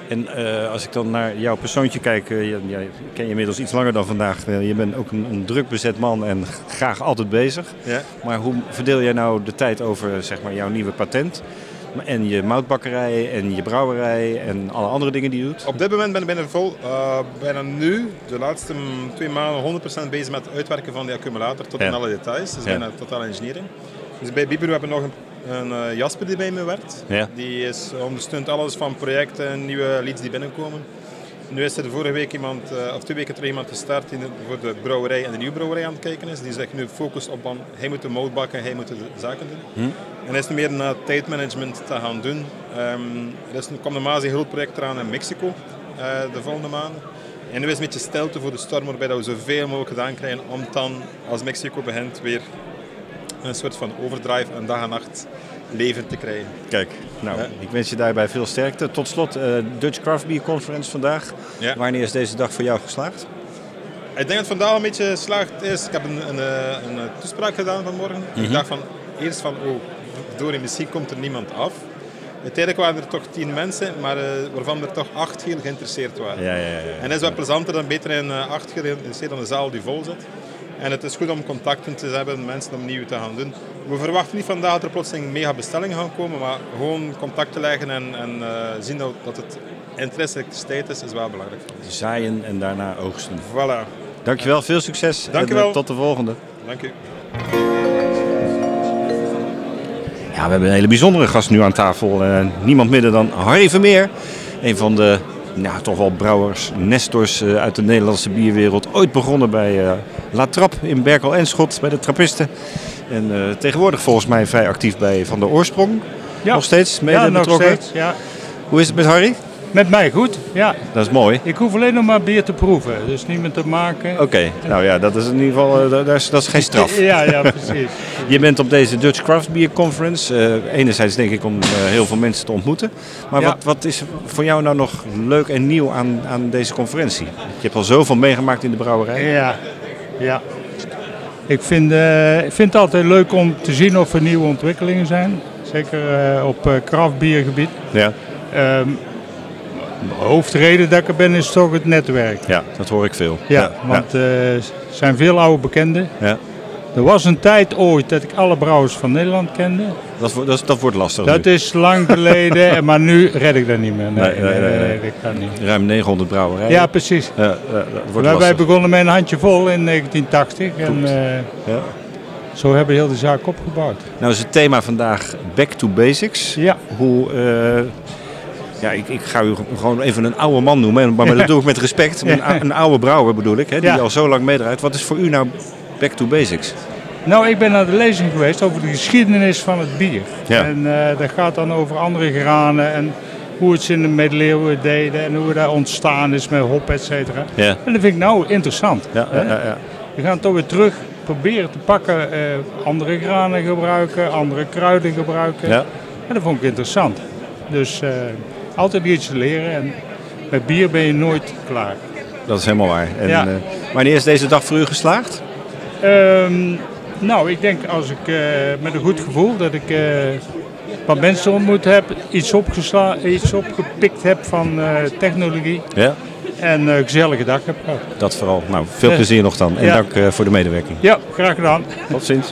En als ik dan naar jouw persoontje kijk, jij ken je inmiddels iets langer dan vandaag. Je bent ook een druk bezet man en graag altijd bezig. Ja. Maar hoe verdeel jij nou de tijd over zeg maar, jouw nieuwe patent? En je moutbakkerij en je brouwerij en alle andere dingen die je doet? Op dit moment ben ik bijna nu, de laatste 2 maanden, 100% bezig met het uitwerken van die accumulator tot in alle details. Dus bijna totaal engineering. Dus bij Bibrew hebben we nog een Jasper die bij me werkt. Ja. Die ondersteunt alles van projecten en nieuwe leads die binnenkomen. Nu is er vorige week of 2 weken terug iemand gestart die voor de brouwerij en de nieuwe brouwerij aan het kijken is. Die zich nu focust op hij moet de mout bakken, hij moet de zaken doen. En hij is nu meer naar tijdmanagement te gaan doen. Er komt normaal een heel project eraan in Mexico de volgende maanden. En nu is het een beetje stilte voor de storm waarbij we zoveel mogelijk gedaan krijgen om dan als Mexico begint weer een soort van overdrive en dag en nacht leven te krijgen. Kijk, nou, ik wens je daarbij veel sterkte. Tot slot, Dutch Craft Beer Conference vandaag. Ja. Wanneer is deze dag voor jou geslaagd? Ik denk dat vandaag een beetje geslaagd is. Ik heb een toespraak gedaan vanmorgen. Ik dacht eerst van, misschien komt er niemand af. Uiteindelijk waren er toch 10 mensen, maar waarvan er toch 8 heel geïnteresseerd waren. Ja. En dat is wat plezanter dan beter in 8 geïnteresseerd dan een zaal die vol zit. En het is goed om contacten te hebben, mensen opnieuw te gaan doen. We verwachten niet vandaag dat er plotseling mega bestellingen gaan komen, maar gewoon contact te leggen en zien dat het interesseheid is wel belangrijk. Zaaien en daarna oogsten. Voilà. Dankjewel, veel succes. Dankjewel. En tot de volgende. Dank u. Ja, we hebben een hele bijzondere gast nu aan tafel. Niemand minder dan Harry Vermeer. Een van de toch wel brouwers, nestors uit de Nederlandse bierwereld. Ooit begonnen bij La Trappe in Berkel en Schot, bij de Trappisten. En tegenwoordig volgens mij vrij actief bij Van der Oorsprong. Ja. Nog steeds mede betrokken? Nog steeds, ja. Hoe is het met Harry? Met mij goed, ja. Dat is mooi. Ik hoef alleen nog maar bier te proeven, dus niet meer te maken. Oké, nou ja, dat is in ieder geval dat is geen straf. Ja, precies. Je bent op deze Dutch Craft Beer Conference. Enerzijds denk ik om heel veel mensen te ontmoeten. Maar wat is voor jou nou nog leuk en nieuw aan deze conferentie? Je hebt al zoveel meegemaakt in de brouwerij. Ja. Ik vind het altijd leuk om te zien of er nieuwe ontwikkelingen zijn. Zeker op craftbiergebied. Ja. De hoofdreden dat ik er ben is toch het netwerk. Ja, dat hoor ik veel. Ja, want er zijn veel oude bekenden. Ja. Er was een tijd ooit dat ik alle brouwers van Nederland kende. Dat wordt lastig. Dat is lang geleden, maar nu red ik dat niet meer. Nee, dat kan niet. Ruim 900 brouwerijen. Ja, precies. Wij begonnen met een handjevol in 1980. En zo hebben we heel de zaak opgebouwd. Nou is het thema vandaag Back to Basics. Ja. Hoe... ik ga u gewoon even een oude man noemen, maar dat doe ik met respect. Een oude brouwer bedoel ik, die al zo lang meedraait. Wat is voor u nou Back to Basics? Nou, ik ben naar de lezing geweest over de geschiedenis van het bier. Ja. En dat gaat dan over andere granen en hoe het ze in de middeleeuwen deden en hoe dat ontstaan is met hop, et cetera. Ja. En dat vind ik nou interessant. Ja. We gaan toch weer terug proberen te pakken, andere granen gebruiken, andere kruiden gebruiken. Ja. En dat vond ik interessant. Dus... altijd iets te leren en met bier ben je nooit klaar. Dat is helemaal waar. En, wanneer is deze dag voor u geslaagd? Nou, ik denk als ik met een goed gevoel dat ik wat mensen ontmoet heb, iets opgepikt heb van technologie en een gezellige dag heb gehad. Dat vooral. Nou, veel plezier nog dan en dank voor de medewerking. Ja, graag gedaan. Tot ziens.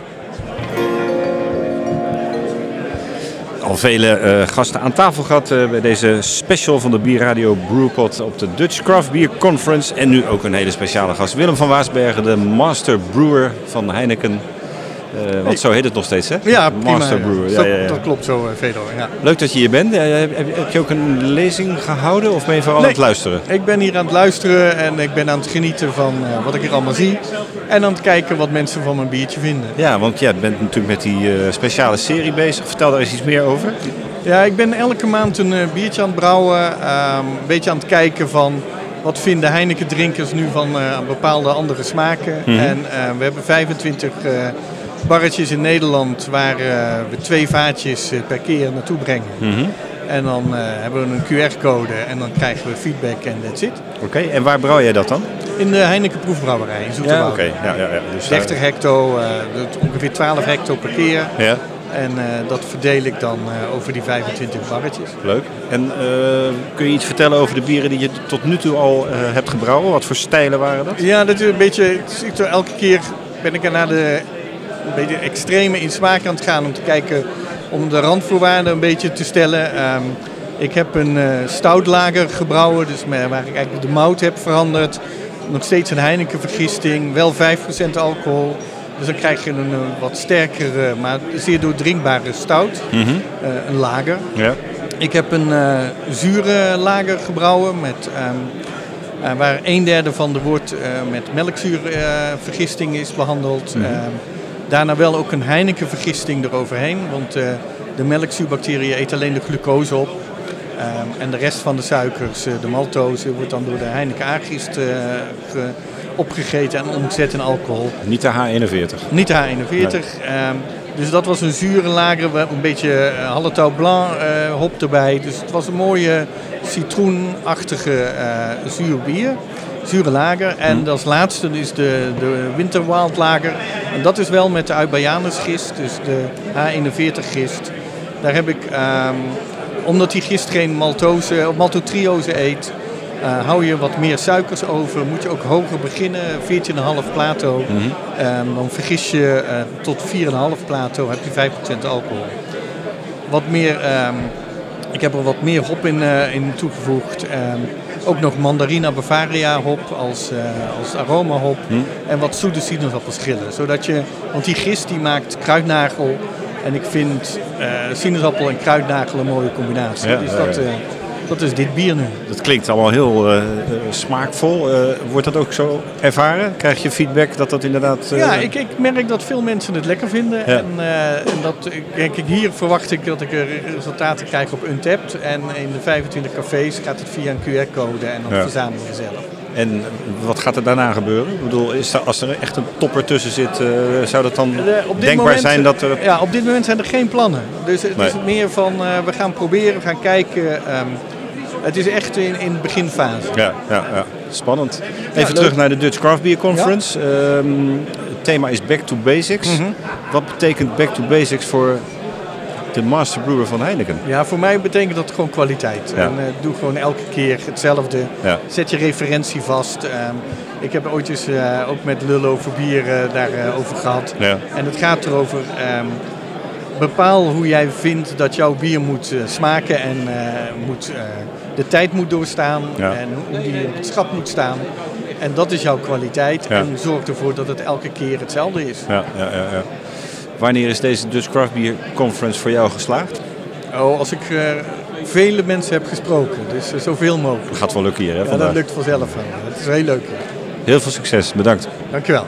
Al vele gasten aan tafel gehad bij deze special van de Bierradio Brewpod op de Dutch Craft Beer Conference. En nu ook een hele speciale gast, Willem van Waasbergen, de Master Brewer van Heineken. Want zo heet het nog steeds, hè? Ja, Master prima. Brewer. Dat klopt zo, Fedor. Ja. Leuk dat je hier bent. Heb je ook een lezing gehouden of ben je vooral aan het luisteren? Ik ben hier aan het luisteren en ik ben aan het genieten van wat ik hier allemaal zie. En aan het kijken wat mensen van mijn biertje vinden. Ja, want je bent natuurlijk met die speciale serie bezig. Vertel daar eens iets meer over. Ja, ik ben elke maand een biertje aan het brouwen. Een beetje aan het kijken van... wat vinden Heineken drinkers nu van bepaalde andere smaken. Mm-hmm. En we hebben 25 barretjes in Nederland waar we 2 vaatjes per keer naartoe brengen. Mm-hmm. En dan hebben we een QR-code en dan krijgen we feedback en that's it. Oké, en waar brouw jij dat dan? In de Heineken proefbrouwerij in Zoeterwoude. Ja, oké. Ja. Dus 30 hecto, ongeveer 12 hecto per keer. Ja. En dat verdeel ik dan over die 25 barretjes. Leuk. En kun je iets vertellen over de bieren die je tot nu toe al hebt gebrouwen? Wat voor stijlen waren dat? Ja, dat is een beetje... Elke keer ben ik er naar een beetje extreme in smaak aan het gaan om te kijken, om de randvoorwaarden een beetje te stellen. Ik heb een stoutlager gebrouwen, dus waar ik eigenlijk de mout heb veranderd. Nog steeds een Heineken vergisting, wel 5% alcohol. Dus dan krijg je een wat sterkere, maar zeer doordrinkbare stout. Mm-hmm. Een lager. Ja. Ik heb een zure lager gebrouwen met, waar 1/3 van de wort met melkzuurvergisting is behandeld. Mm-hmm. Daarna wel ook een Heineken vergisting eroverheen, want de melkzuurbacteriën eten alleen de glucose op. En de rest van de suikers, de maltose, wordt dan door de Heineken aangist opgegeten en omgezet in alcohol. Niet de H41? Niet de H41. Nee. Dus dat was een zure lager, een beetje Hallertau Blanc hop erbij. Dus het was een mooie citroenachtige zuur bier. Zure lager. En als laatste is de Winterwild lager. En dat is wel met de Uibayanus gist, dus de H41 gist. Daar heb ik... Omdat die gist geen maltotriose eet, hou je wat meer suikers over. Moet je ook hoger beginnen, 14,5 plato. Mm-hmm. Dan vergis je tot 4,5 plato, heb je 5% alcohol. Wat meer, ik heb er wat meer hop in toegevoegd. Ook nog Mandarina Bavaria hop als aroma hop. En wat zoete sinaasappelschillen. Zodat je, want die gist die maakt kruidnagel. En ik vind sinaasappel en kruidnagel een mooie combinatie. Ja, dus dat is dit bier nu. Dat klinkt allemaal heel smaakvol. Wordt dat ook zo ervaren? Krijg je feedback dat dat inderdaad... Ja, ik merk dat veel mensen het lekker vinden. Ja. En dat, hier verwacht ik dat ik resultaten krijg op Untappd. En in de 25 cafés gaat het via een QR-code en dan verzamelen we zelf. En wat gaat er daarna gebeuren? Ik bedoel, als er echt een topper tussen zit, zou dat dan denkbaar zijn dat er... Ja, op dit moment zijn er geen plannen. Dus het is meer van, we gaan proberen, we gaan kijken. Het is echt in de beginfase. Ja. Spannend. Even terug naar de Dutch Craft Beer Conference. Ja. Het thema is Back to Basics. Mm-hmm. Wat betekent Back to Basics voor de master brewer van Heineken? Ja, voor mij betekent dat gewoon kwaliteit. Ja. En doe gewoon elke keer hetzelfde. Ja. Zet je referentie vast. Ik heb ooit eens ook met Lullo over bier daarover gehad. Ja. En het gaat erover... bepaal hoe jij vindt dat jouw bier moet smaken en de tijd moet doorstaan. Ja. En hoe die op het schap moet staan. En dat is jouw kwaliteit. Ja. En zorg ervoor dat het elke keer hetzelfde is. Ja. Wanneer is deze Dutch Craft Beer Conference voor jou geslaagd? Als ik vele mensen heb gesproken. Dus zoveel mogelijk. Dat gaat wel lukken hier, hè? Ja, dat lukt vanzelf wel. Het is heel leuk. Heel veel succes. Bedankt. Dankjewel.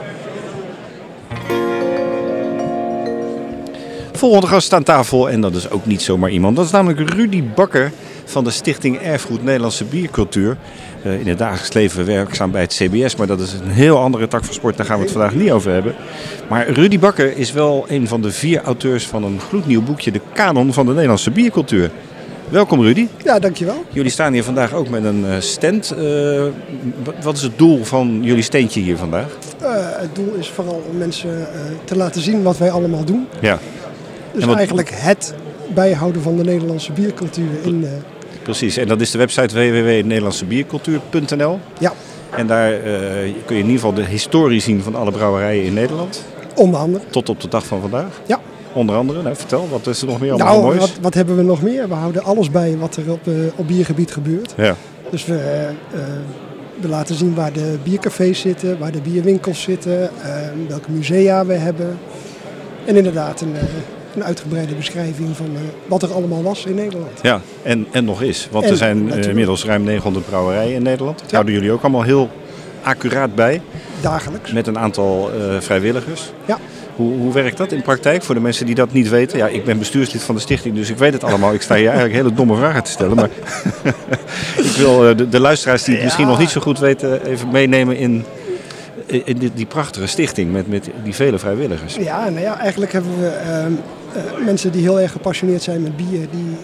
Volgende gast aan tafel, en dat is ook niet zomaar iemand. Dat is namelijk Rudy Bakker van de Stichting Erfgoed Nederlandse Biercultuur. In het dagelijks leven werkzaam bij het CBS, maar dat is een heel andere tak van sport. Daar gaan we het vandaag niet over hebben. Maar Rudy Bakker is wel een van de 4 auteurs van een gloednieuw boekje, De Kanon van de Nederlandse Biercultuur. Welkom Rudy. Ja, dankjewel. Jullie staan hier vandaag ook met een stand. Wat is het doel van jullie standje hier vandaag? Het doel is vooral om mensen te laten zien wat wij allemaal doen. Ja. Dus eigenlijk het bijhouden van de Nederlandse biercultuur in... Precies, en dat is de website www.nederlandsebiercultuur.nl. Ja. En daar kun je in ieder geval de historie zien van alle brouwerijen in Nederland. Onder andere. Tot op de dag van vandaag. Ja. Onder andere, nou, vertel, wat is er nog meer allemaal moois? Wat hebben we nog meer? We houden alles bij wat er op biergebied gebeurt. Ja. Dus we laten zien waar de biercafés zitten, waar de bierwinkels zitten, welke musea we hebben. En inderdaad een uitgebreide beschrijving van wat er allemaal was in Nederland. Ja, en nog is. Want er zijn inmiddels ruim 900 brouwerijen in Nederland. Dat houden jullie ook allemaal heel accuraat bij. Dagelijks. Met een aantal vrijwilligers. Ja. Hoe werkt dat in praktijk voor de mensen die dat niet weten? Ja, ik ben bestuurslid van de stichting, dus ik weet het allemaal. Ik sta hier eigenlijk hele domme vragen te stellen. Maar ik wil de luisteraars die het misschien nog niet zo goed weten even meenemen in die prachtige stichting met die vele vrijwilligers. Ja, eigenlijk hebben we mensen die heel erg gepassioneerd zijn met bier, die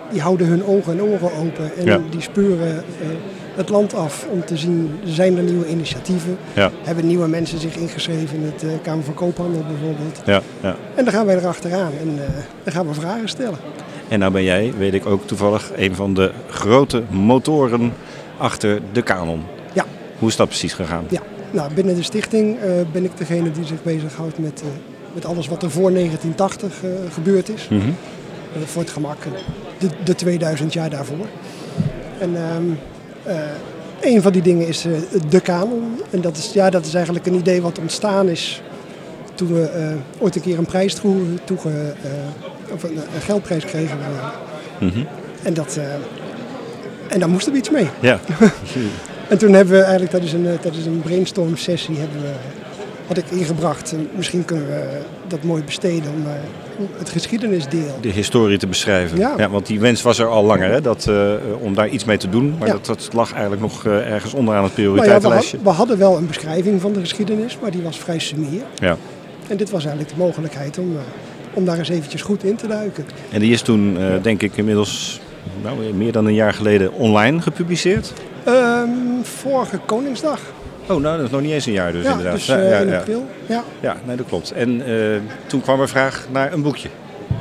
die houden hun ogen en oren open. En die speuren het land af om te zien, zijn er nieuwe initiatieven? Ja. Hebben nieuwe mensen zich ingeschreven in het Kamer van Koophandel bijvoorbeeld? Ja. Ja. En dan gaan wij erachteraan en dan gaan we vragen stellen. En nou ben jij, weet ik ook toevallig, een van de grote motoren achter de Canon. Ja. Hoe is dat precies gegaan? Ja, nou, binnen de stichting ben ik degene die zich bezighoudt met alles wat er voor 1980 gebeurd is. Mm-hmm. Voor het gemak de 2000 jaar daarvoor. En een van die dingen is de Canon. En dat is eigenlijk een idee wat ontstaan is toen we ooit een keer een prijs of een geldprijs kregen. Mm-hmm. En daar moesten we iets mee. Ja. En toen hebben we eigenlijk tijdens een brainstorm sessie had ik ingebracht. Misschien kunnen we dat mooi besteden om het geschiedenisdeel. De historie te beschrijven. Ja, want die wens was er al langer, hè, om daar iets mee te doen. Maar dat lag eigenlijk nog ergens onderaan het prioriteitenlijstje. We hadden wel een beschrijving van de geschiedenis, maar die was vrij sumier. Ja. En dit was eigenlijk de mogelijkheid om daar eens eventjes goed in te duiken. En die is toen, denk ik, inmiddels meer dan een jaar geleden online gepubliceerd? Vorige Koningsdag. Oh, nou, dat is nog niet eens een jaar dus inderdaad. Dus in april. Ja, ja, nee, dat klopt. En toen kwam er vraag naar een boekje.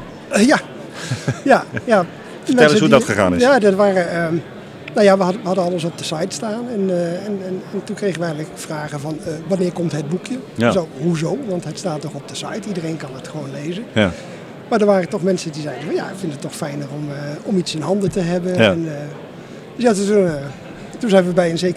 Ja. Vertel eens hoe dat gegaan is. Ja, dat waren... we hadden alles op de site staan en toen kregen we eigenlijk vragen van wanneer komt het boekje? Ja. Zo, hoezo? Want het staat toch op de site, iedereen kan het gewoon lezen. Ja. Maar er waren toch mensen die zeiden van ik vind het toch fijner om iets in handen te hebben. Ja. En, toen zijn we bij een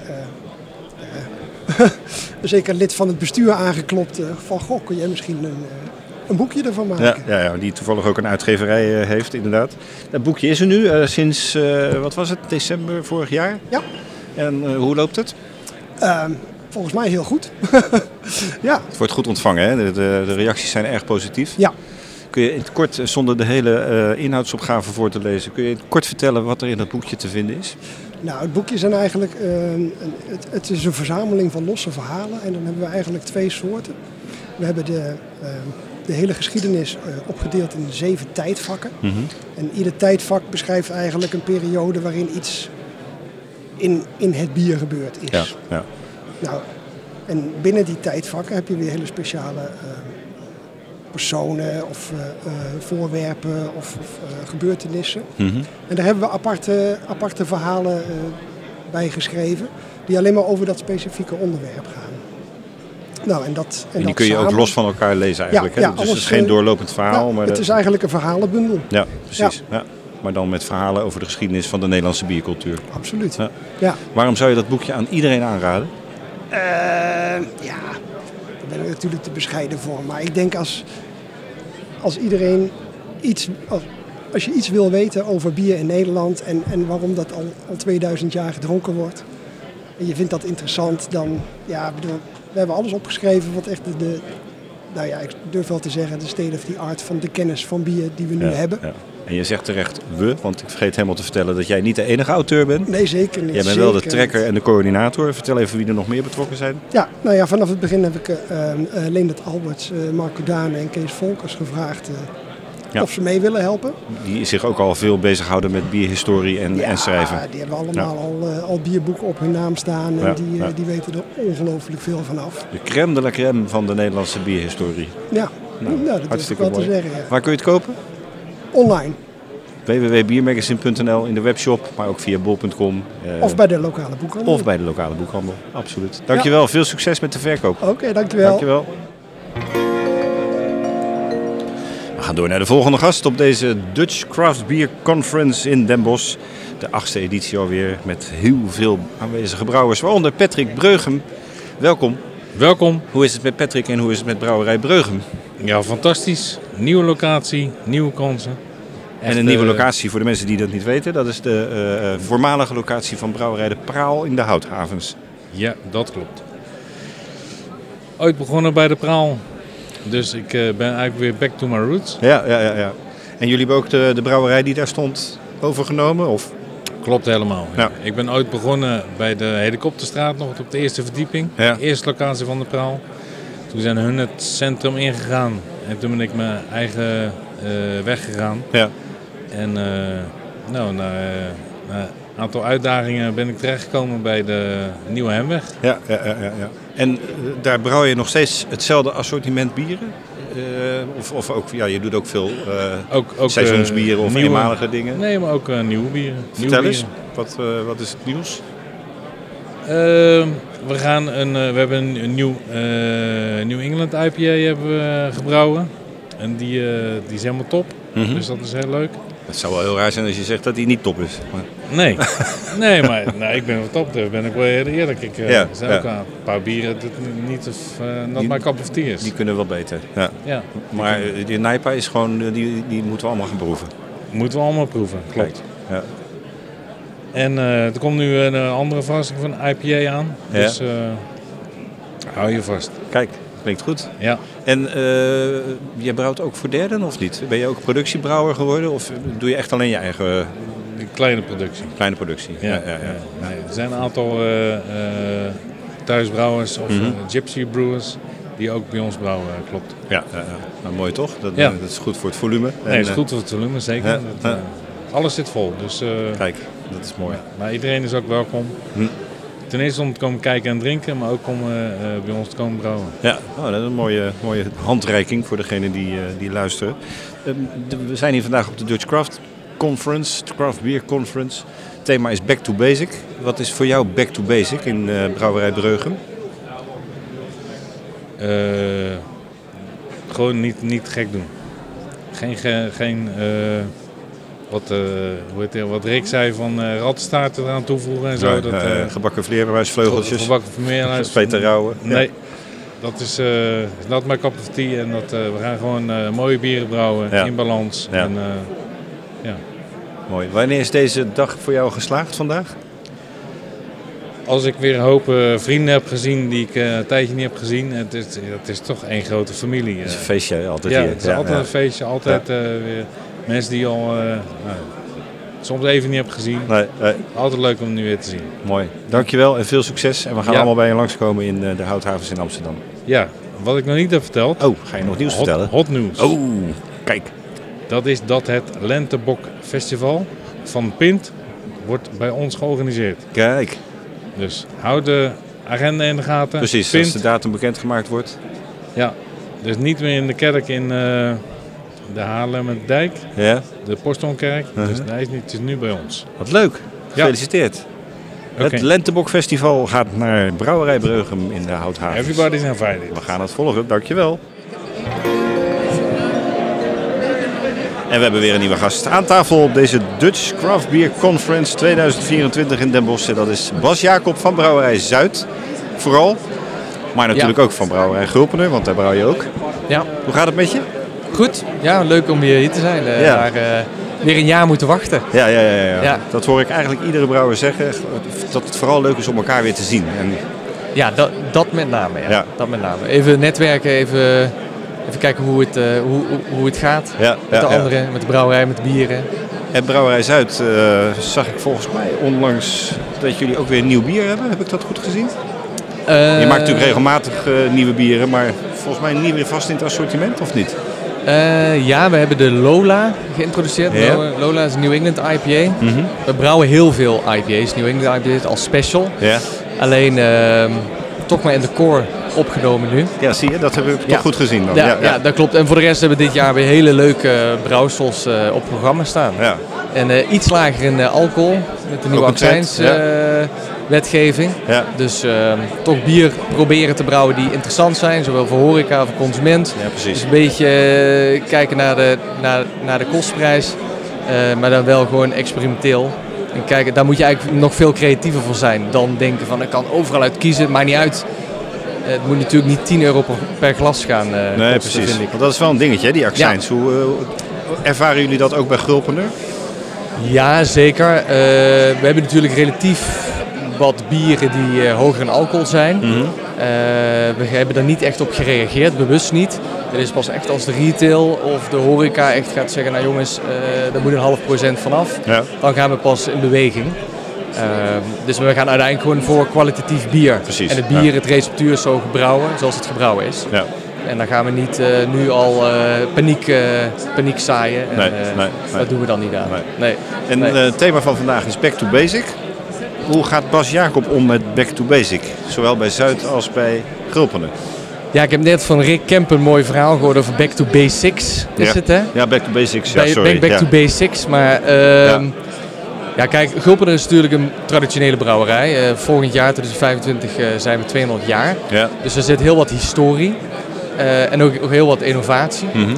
zeker lid van het bestuur aangeklopt van kun jij misschien een boekje ervan maken? Ja, die toevallig ook een uitgeverij heeft inderdaad. Dat boekje is er nu sinds, december vorig jaar? Ja. En hoe loopt het? Volgens mij heel goed. Ja. Het wordt goed ontvangen, hè? De reacties zijn erg positief. Ja. Kun je in het kort, zonder de hele inhoudsopgave voor te lezen, kun je kort vertellen wat er in dat boekje te vinden is? Nou, het boekje zijn eigenlijk, het is een verzameling van losse verhalen en dan hebben we eigenlijk 2 soorten. We hebben de hele geschiedenis opgedeeld in 7 tijdvakken. Mm-hmm. En ieder tijdvak beschrijft eigenlijk een periode waarin iets in het bier gebeurd is. Ja. Nou, en binnen die tijdvakken heb je weer hele speciale personen of voorwerpen of gebeurtenissen. Mm-hmm. En daar hebben we aparte verhalen bij geschreven die alleen maar over dat specifieke onderwerp gaan. Nou, en die kun je ook los van elkaar lezen eigenlijk. Ja, hè? Dus alles, het is geen doorlopend verhaal. Maar het is eigenlijk een verhalenbundel. Ja, precies. Ja. Ja. Maar dan met verhalen over de geschiedenis van de Nederlandse biercultuur. Absoluut. Ja. Waarom zou je dat boekje aan iedereen aanraden? Daar ben ik natuurlijk te bescheiden voor. Maar ik denk als iedereen als je iets wil weten over bier in Nederland en waarom dat al 2000 jaar gedronken wordt. En je vindt dat interessant, dan we hebben alles opgeschreven wat echt ik durf wel te zeggen, de state of the art van de kennis van bier die we nu hebben. Ja. En je zegt terecht we, want ik vergeet helemaal te vertellen dat jij niet de enige auteur bent. Nee, zeker niet. Jij bent wel de trekker en de coördinator. Vertel even wie er nog meer betrokken zijn. Ja, vanaf het begin heb ik Leendert Alberts, Marco Dane en Kees Volkers gevraagd of ze mee willen helpen. Die zich ook al veel bezighouden met bierhistorie en schrijven. Ja, die hebben allemaal al bierboeken op hun naam staan en die weten er ongelooflijk veel van af. De crème de la crème van de Nederlandse bierhistorie. Ja, dat durf ik wel te zeggen. Ja. Waar kun je het kopen? Online. www.biermagazine.nl in de webshop, maar ook via bol.com. Of bij de lokale boekhandel. Absoluut. Dankjewel, veel succes met de verkoop. Oké, dankjewel. We gaan door naar de volgende gast op deze Dutch Craft Beer Conference in Den Bosch. De 8e editie alweer met heel veel aanwezige brouwers, waaronder Patrick Breugem. Welkom. Welkom. Hoe is het met Patrick en hoe is het met brouwerij Breugem? Ja, fantastisch. Nieuwe locatie, nieuwe kansen. En een nieuwe locatie voor de mensen die dat niet weten. Dat is de voormalige locatie van brouwerij De Praal in de Houthavens. Ja, dat klopt. Ooit begonnen bij De Praal. Dus ik ben eigenlijk weer back to my roots. Ja. En jullie hebben ook de brouwerij die daar stond overgenomen? Of? Klopt helemaal. Ja. Ik ben ooit begonnen bij de Helikopterstraat, nog op de eerste verdieping. Ja. De eerste locatie van De Praal. Toen zijn hun het centrum ingegaan. En toen ben ik mijn eigen weg gegaan. Ja. En Nou, na een aantal uitdagingen ben ik terechtgekomen bij de Nieuwe Hemweg. Ja. En daar brouw je nog steeds hetzelfde assortiment bieren? Of ook, je doet ook veel seizoensbieren of eenmalige dingen? Nee, maar ook nieuwe bieren. Vertel eens, wat is het nieuws? We hebben een nieuw New England IPA hebben we gebrouwen. En die is helemaal top. Mm-hmm. Dus dat is heel leuk. Het zou wel heel raar zijn als je zegt dat die niet top is. Maar... Nee, maar ik ben wat top. Ben ik wel heel eerlijk. Er zijn ook een paar bieren dat niet not my cup of tea is. Die kunnen wel beter. Ja. Maar die Nijpa is gewoon, die moeten we allemaal gaan proeven. Moeten we allemaal proeven, klopt. Ja. En er komt nu een andere verrassing van IPA aan. Ja. Dus hou je vast. Kijk, klinkt goed. Ja. En je brouwt ook voor derden of niet? Ben je ook productiebrouwer geworden of doe je echt alleen je eigen... Kleine productie. Kleine productie, ja. Nee, er zijn een aantal thuisbrouwers of gypsy brewers die ook bij ons brouwen, klopt. Ja. Nou, mooi toch? Dat is goed voor het volume. Nee, dat is goed voor het volume, zeker. Alles zit vol. Dus, kijk, dat is mooi. Maar iedereen is ook welkom. Ten eerste om te komen kijken en drinken, maar ook om bij ons te komen brouwen. Ja, dat is een mooie handreiking voor degenen die luisteren. We zijn hier vandaag op de Dutch Craft Conference, de Craft Beer Conference. Het thema is Back to Basic. Wat is voor jou Back to Basic in Brouwerij Breugem? Gewoon niet gek doen. Geen wat Rick zei van rattenstaarten eraan toevoegen en zo. Gebakken vleermuisvleugeltjes. Gebakken vleermuis. Peter Rauwe. Nee, dat is not my cup of tea. En we gaan gewoon mooie bieren brouwen in balans. Ja. En, mooi. Wanneer is deze dag voor jou geslaagd vandaag? Als ik weer een hoop vrienden heb gezien die ik een tijdje niet heb gezien. Het is toch één grote familie. Het is een feestje altijd hier. Het is altijd een feestje. Altijd weer mensen die al soms even niet heb gezien. Nee. Altijd leuk om nu weer te zien. Mooi. Dankjewel en veel succes. En we gaan allemaal bij je langskomen in de Houthavens in Amsterdam. Ja, wat ik nog niet heb verteld. Oh, ga je nog nieuws vertellen? Hot nieuws. Oh, kijk. Dat is dat het Lentebok Festival van Pint wordt bij ons georganiseerd. Kijk. Dus houd de agenda in de gaten. Precies, Pint. als de datum bekendgemaakt wordt. Ja, dus niet meer in de kerk in de Haarlemmerdijk, de Postonkerk. Dus nee, het is nu bij ons. Wat leuk, gefeliciteerd. Ja. Het Lentebok Festival gaat naar Brouwerij Breugem in de Houthavens. Everybody's invited. We gaan het volgen, dankjewel. En we hebben weer een nieuwe gast aan tafel op deze Dutch Craft Beer Conference 2024 in Den Bosch. Dat is Bas Jacob van Brouwerij Zuid, vooral. Maar natuurlijk ook van Brouwerij Gulpener, want daar brouw je ook. Ja. Hoe gaat het met je? Goed, ja, leuk om weer hier te zijn. Maar weer een jaar moeten wachten. Ja. Dat hoor ik eigenlijk iedere brouwer zeggen, dat het vooral leuk is om elkaar weer te zien. En... Ja, dat met name. Ja. Dat met name. Even netwerken, even kijken hoe het gaat met de anderen, met de brouwerij, met de bieren. En Brouwerij Zuid zag ik volgens mij onlangs dat jullie ook weer een nieuw bier hebben. Heb ik dat goed gezien? Je maakt natuurlijk regelmatig nieuwe bieren, maar volgens mij niet meer vast in het assortiment, of niet? Ja, we hebben de Lola geïntroduceerd. Ja. Lola is een New England IPA. Mm-hmm. We brouwen heel veel IPA's, New England IPA's als special. Ja. Alleen toch maar in de core opgenomen nu. Ja, zie je, dat hebben we toch goed gezien dan. Ja, dat klopt. En voor de rest hebben we dit jaar weer hele leuke brouwsels op programma staan. Ja. En iets lager in alcohol met de nieuwe accijnswetgeving. Ja. Dus toch bier proberen te brouwen die interessant zijn, zowel voor horeca, voor consument. Ja, precies. Dus een beetje kijken naar de kostprijs, maar dan wel gewoon experimenteel. En kijken, daar moet je eigenlijk nog veel creatiever voor zijn dan denken van ik kan overal uit kiezen, maakt niet uit. Het moet natuurlijk niet €10 per glas gaan nee, kosten, precies. vind ik. Want dat is wel een dingetje, die accijns. Ja. Hoe ervaren jullie dat ook bij Gulpener? Ja, zeker. We hebben natuurlijk relatief wat bieren die hoger in alcohol zijn. Mm-hmm. We hebben daar niet echt op gereageerd, bewust niet. Het is pas echt als de retail of de horeca echt gaat zeggen, nou jongens, daar moet 0,5% vanaf. Ja. Dan gaan we pas in beweging. Dus we gaan uiteindelijk gewoon voor kwalitatief bier. Precies, en het bier, het receptuur is zo gebrouwen, zoals het gebrouwen is. Ja. En dan gaan we niet nu al paniek zaaien. En, dat doen we dan niet aan. Nee. En het thema van vandaag is Back to Basic. Hoe gaat Bas Jacob om met Back to Basic? Zowel bij Zuid als bij Gulpenen. Ja, ik heb net van Rick Kemp een mooi verhaal gehoord over Back to Basics. Is het, hè? Ja, Back to Basics. Ja, sorry. Back to Basics. Maar ja, kijk, Gulpenen is natuurlijk een traditionele brouwerij. Volgend jaar, 2025, zijn we 200 jaar. Ja. Dus er zit heel wat historie. En ook heel wat innovatie. Mm-hmm.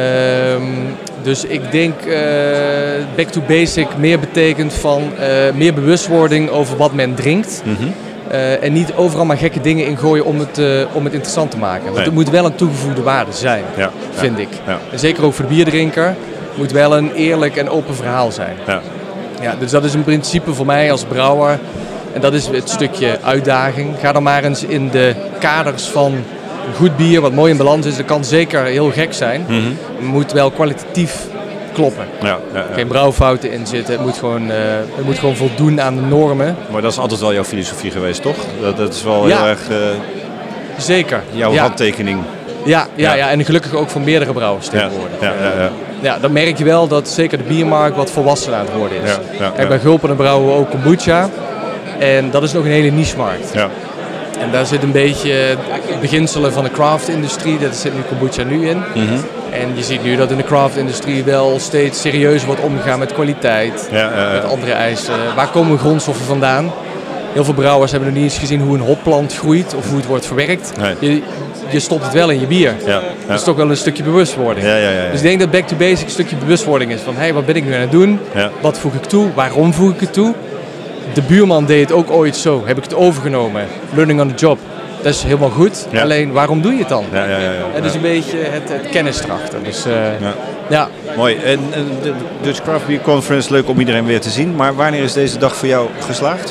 Dus ik denk Back to Basic meer betekent van meer bewustwording over wat men drinkt. Mm-hmm. En niet overal maar gekke dingen ingooien om het interessant te maken. Want het moet wel een toegevoegde waarde zijn, vind ik. Ja. En zeker ook voor de bierdrinker. Het moet wel een eerlijk en open verhaal zijn. Ja. Ja, dus dat is een principe voor mij als brouwer. En dat is het stukje uitdaging. Ga dan maar eens in de kaders van een goed bier, wat mooi in balans is. Dat kan zeker heel gek zijn. Mm-hmm. Het moet wel kwalitatief kloppen. Ja. Geen brouwfouten in zitten. Het moet gewoon voldoen aan de normen. Maar dat is altijd wel jouw filosofie geweest, toch? Dat is wel heel erg zeker. Jouw handtekening. Ja, en gelukkig ook van meerdere brouwers tegenwoordig. Ja, dan merk je wel dat zeker de biermarkt wat volwassener aan het worden is. Bij Gulpenen brouwen we ook kombucha. En dat is nog een hele niche-markt. Ja. En daar zit een beetje beginselen van de craft-industrie. Daar zit nu kombucha nu in. Mm-hmm. En je ziet nu dat in de craft-industrie wel steeds serieuzer wordt omgegaan met kwaliteit. Met andere eisen. Waar komen grondstoffen vandaan? Heel veel brouwers hebben nog niet eens gezien hoe een hopplant groeit of hoe het wordt verwerkt. Nee. Je stopt het wel in je bier. Ja. Dat is toch wel een stukje bewustwording. Ja. Dus ik denk dat Back to Basic een stukje bewustwording is. Van wat ben ik nu aan het doen? Ja. Wat voeg ik toe? Waarom voeg ik het toe? De buurman deed het ook ooit zo. Heb ik het overgenomen? Learning on the job. Dat is helemaal goed. Ja. Alleen, waarom doe je het dan? En dus een beetje het kennis erachter. Dus, ja. Mooi. En de Dutch Craft Beer Conference, leuk om iedereen weer te zien. Maar wanneer is deze dag voor jou geslaagd?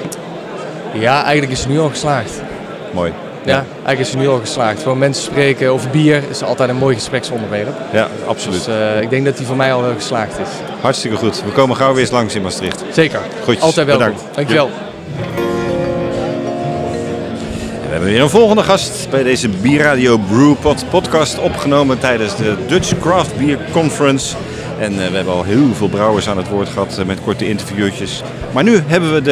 Ja, eigenlijk is het nu al geslaagd. Mooi. Ja, eigenlijk is het nu al geslaagd. Gewoon mensen spreken over bier is altijd een mooi gespreksonderwerp. Ja, absoluut. Dus ik denk dat die voor mij al geslaagd is. Hartstikke goed. We komen gauw weer eens langs in Maastricht. Zeker. Goedjes. Altijd welkom. Bedankt. Dankjewel. We hebben weer een volgende gast bij deze Bierradio Brewpod podcast opgenomen tijdens de Dutch Craft Beer Conference. En we hebben al heel veel brouwers aan het woord gehad met korte interviewtjes. Maar nu hebben we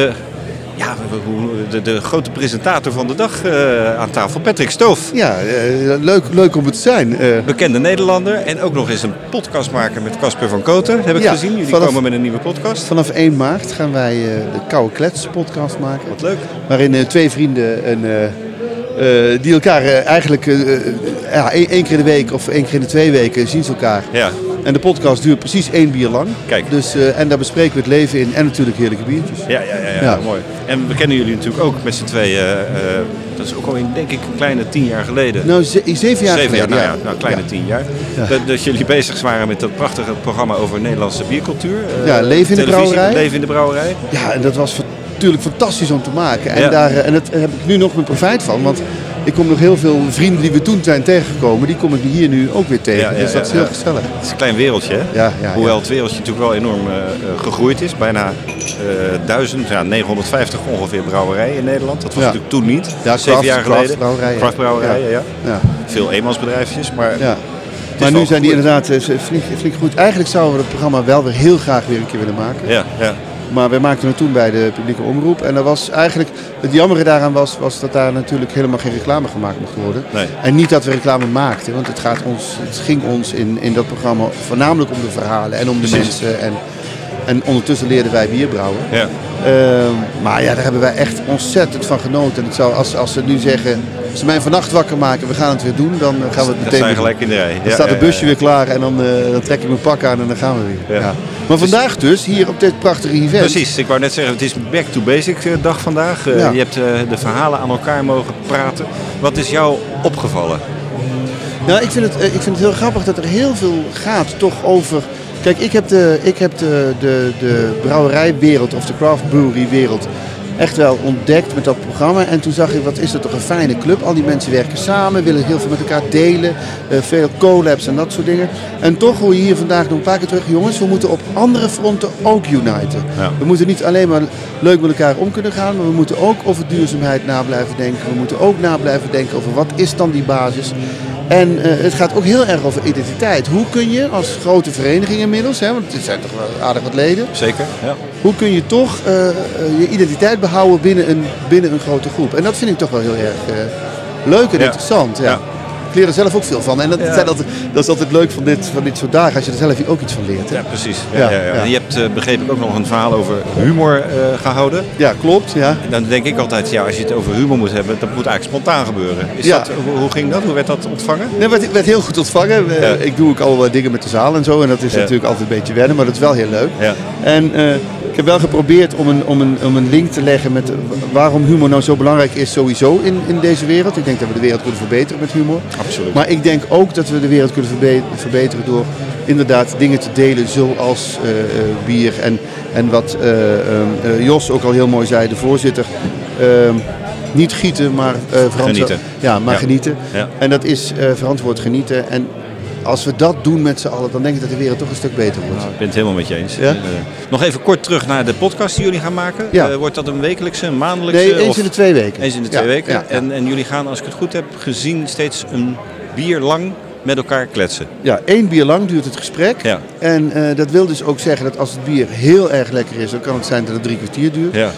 de grote presentator van de dag aan tafel, Patrick Stoof. Ja, leuk om het te zijn. Bekende Nederlander en ook nog eens een podcastmaker met Casper van Koten, heb ik gezien. Jullie komen met een nieuwe podcast. Vanaf 1 maart gaan wij de Koude Klets podcast maken. Wat leuk. Waarin 2 vrienden die elkaar eigenlijk 1 keer in de week of 1 keer in de 2 weken zien ze elkaar. Ja. En de podcast duurt precies 1 bier lang. Kijk. Dus, en daar bespreken we het leven in en natuurlijk heerlijke biertjes. Ja, mooi. En we kennen jullie natuurlijk ook met z'n tweeën. Dat is ook al denk ik een kleine 10 jaar geleden. Nou, 7 jaar geleden. Kleine 10 jaar. Ja. Dat jullie bezig waren met dat prachtige programma over Nederlandse biercultuur. Leven in de brouwerij. Leven in de brouwerij. Ja, en dat was natuurlijk fantastisch om te maken. En daar heb ik nu nog mijn profijt van. Want ik kom nog heel veel vrienden die we toen zijn tegengekomen, die kom ik hier nu ook weer tegen. Dus dat is heel gezellig. Het is een klein wereldje, hè? Hoewel het wereldje natuurlijk wel enorm gegroeid is. Bijna 950 ongeveer brouwerijen in Nederland. Dat was natuurlijk toen niet. Ja, 7 jaar geleden. Craftbrouwerijen, ja. Veel eenmansbedrijfjes, maar... Ja. Maar nu zijn die inderdaad flink goed. Eigenlijk zouden we het programma wel weer heel graag weer een keer willen maken. Ja. Maar we maakten het toen bij de publieke omroep. En dat was eigenlijk, het jammere daaraan was dat daar natuurlijk helemaal geen reclame gemaakt mocht worden. Nee. En niet dat we reclame maakten, want het ging ons in dat programma voornamelijk om de verhalen en om de mensen. En ondertussen leerden wij bier brouwen. Ja. Maar daar hebben wij echt ontzettend van genoten. En het zou, als ze nu zeggen, als ze mij vannacht wakker maken, we gaan het weer doen, dan gaan we het meteen doen. Gelijk in de rij. Dan staat het busje weer klaar en dan trek ik mijn pak aan en dan gaan we weer. Ja. Maar vandaag dus, hier op dit prachtige event. Precies, ik wou net zeggen, het is Back to Basic dag vandaag. Je hebt de verhalen aan elkaar mogen praten. Wat is jou opgevallen? Nou, ik vind het heel grappig dat er heel veel gaat toch over... Kijk, ik heb de brouwerijwereld of de craft brewery wereld echt wel ontdekt met dat programma. En toen zag ik, wat is dat toch een fijne club. Al die mensen werken samen, willen heel veel met elkaar delen. Veel collabs en dat soort dingen. En toch hoor je hier vandaag nog een paar keer terug. Jongens, we moeten op andere fronten ook uniten. Ja. We moeten niet alleen maar leuk met elkaar om kunnen gaan. Maar we moeten ook over duurzaamheid na blijven denken. We moeten ook na blijven denken over wat is dan die basis. En het gaat ook heel erg over identiteit. Hoe kun je als grote vereniging inmiddels, hè, want het zijn toch wel aardig wat leden. Zeker, ja. Hoe kun je toch je identiteit behouden binnen een grote groep? En dat vind ik toch wel heel erg leuk en interessant. Ja. Ik leer er zelf ook veel van. En dat is altijd leuk van dit soort dagen, als je er zelf ook iets van leert. Hè? Ja, precies. Ja. En je hebt, begreep ik, ook nog een verhaal over humor gehouden. Ja, klopt. Ja. En dan denk ik altijd, als je het over humor moet hebben, dat moet eigenlijk spontaan gebeuren. Hoe ging dat? Hoe werd dat ontvangen? Nee, het werd heel goed ontvangen. Ik doe ook al dingen met de zaal en zo. En dat is natuurlijk altijd een beetje wennen, maar dat is wel heel leuk. Ja. En ik heb wel geprobeerd om een link te leggen met waarom humor nou zo belangrijk is sowieso in deze wereld. Ik denk dat we de wereld kunnen verbeteren met humor. Absoluut. Maar ik denk ook dat we de wereld kunnen verbeteren door inderdaad dingen te delen zoals bier. En wat Jos ook al heel mooi zei, de voorzitter. Niet gieten, maar genieten. Genieten. Ja. En dat is verantwoord genieten. En als we dat doen met z'n allen, dan denk ik dat de wereld toch een stuk beter wordt. Nou, ik ben het helemaal met je eens. Ja? Nog even kort terug naar de podcast die jullie gaan maken. Ja. Wordt dat een wekelijkse, een maandelijkse? Nee, eens in de 2 weken. Eens in de 2 weken. Ja. En jullie gaan, als ik het goed heb gezien, steeds een bier lang met elkaar kletsen. Ja, 1 bier lang duurt het gesprek. Ja. En dat wil dus ook zeggen dat als het bier heel erg lekker is, dan kan het zijn dat het 3 kwartier duurt. Ja.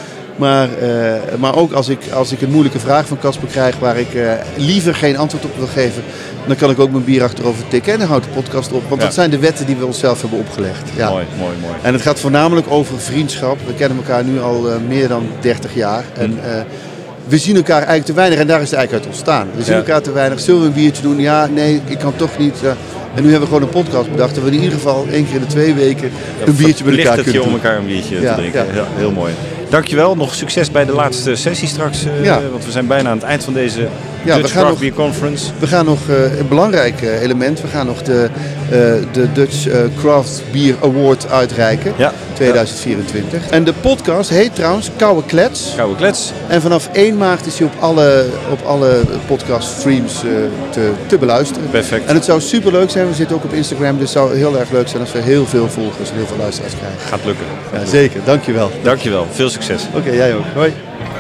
Maar ook als ik een moeilijke vraag van Casper krijg waar ik liever geen antwoord op wil geven, dan kan ik ook mijn bier achterover tikken en dan houdt de podcast op. Want dat zijn de wetten die we onszelf hebben opgelegd. Ja. Mooi. En het gaat voornamelijk over vriendschap. We kennen elkaar nu al meer dan 30 jaar. En we zien elkaar eigenlijk te weinig en daar is het eigenlijk uit ontstaan. We zien elkaar te weinig. Zullen we een biertje doen? Ja, nee, ik kan toch niet. En nu hebben we gewoon een podcast bedacht dat we in ieder geval 1 keer in de 2 weken een biertje met elkaar kunnen doen. Om elkaar een biertje te drinken. Ja, heel mooi. Dankjewel. Nog succes bij de laatste sessie straks. Want we zijn bijna aan het eind van deze Dutch Craft Beer Conference. We gaan nog een belangrijk element. We gaan nog de Dutch Craft Beer Award uitreiken. 2024. En de podcast heet trouwens Koude Klets. Koude Klets. En vanaf 1 maart is hij op alle podcast streams te beluisteren. Perfect. En het zou super leuk zijn. We zitten ook op Instagram. Dus het zou heel erg leuk zijn als we heel veel volgers en heel veel luisteraars krijgen. Gaat lukken. Ja, zeker. Dankjewel. Dankjewel. Veel succes. Oké, jij ook. Hoi.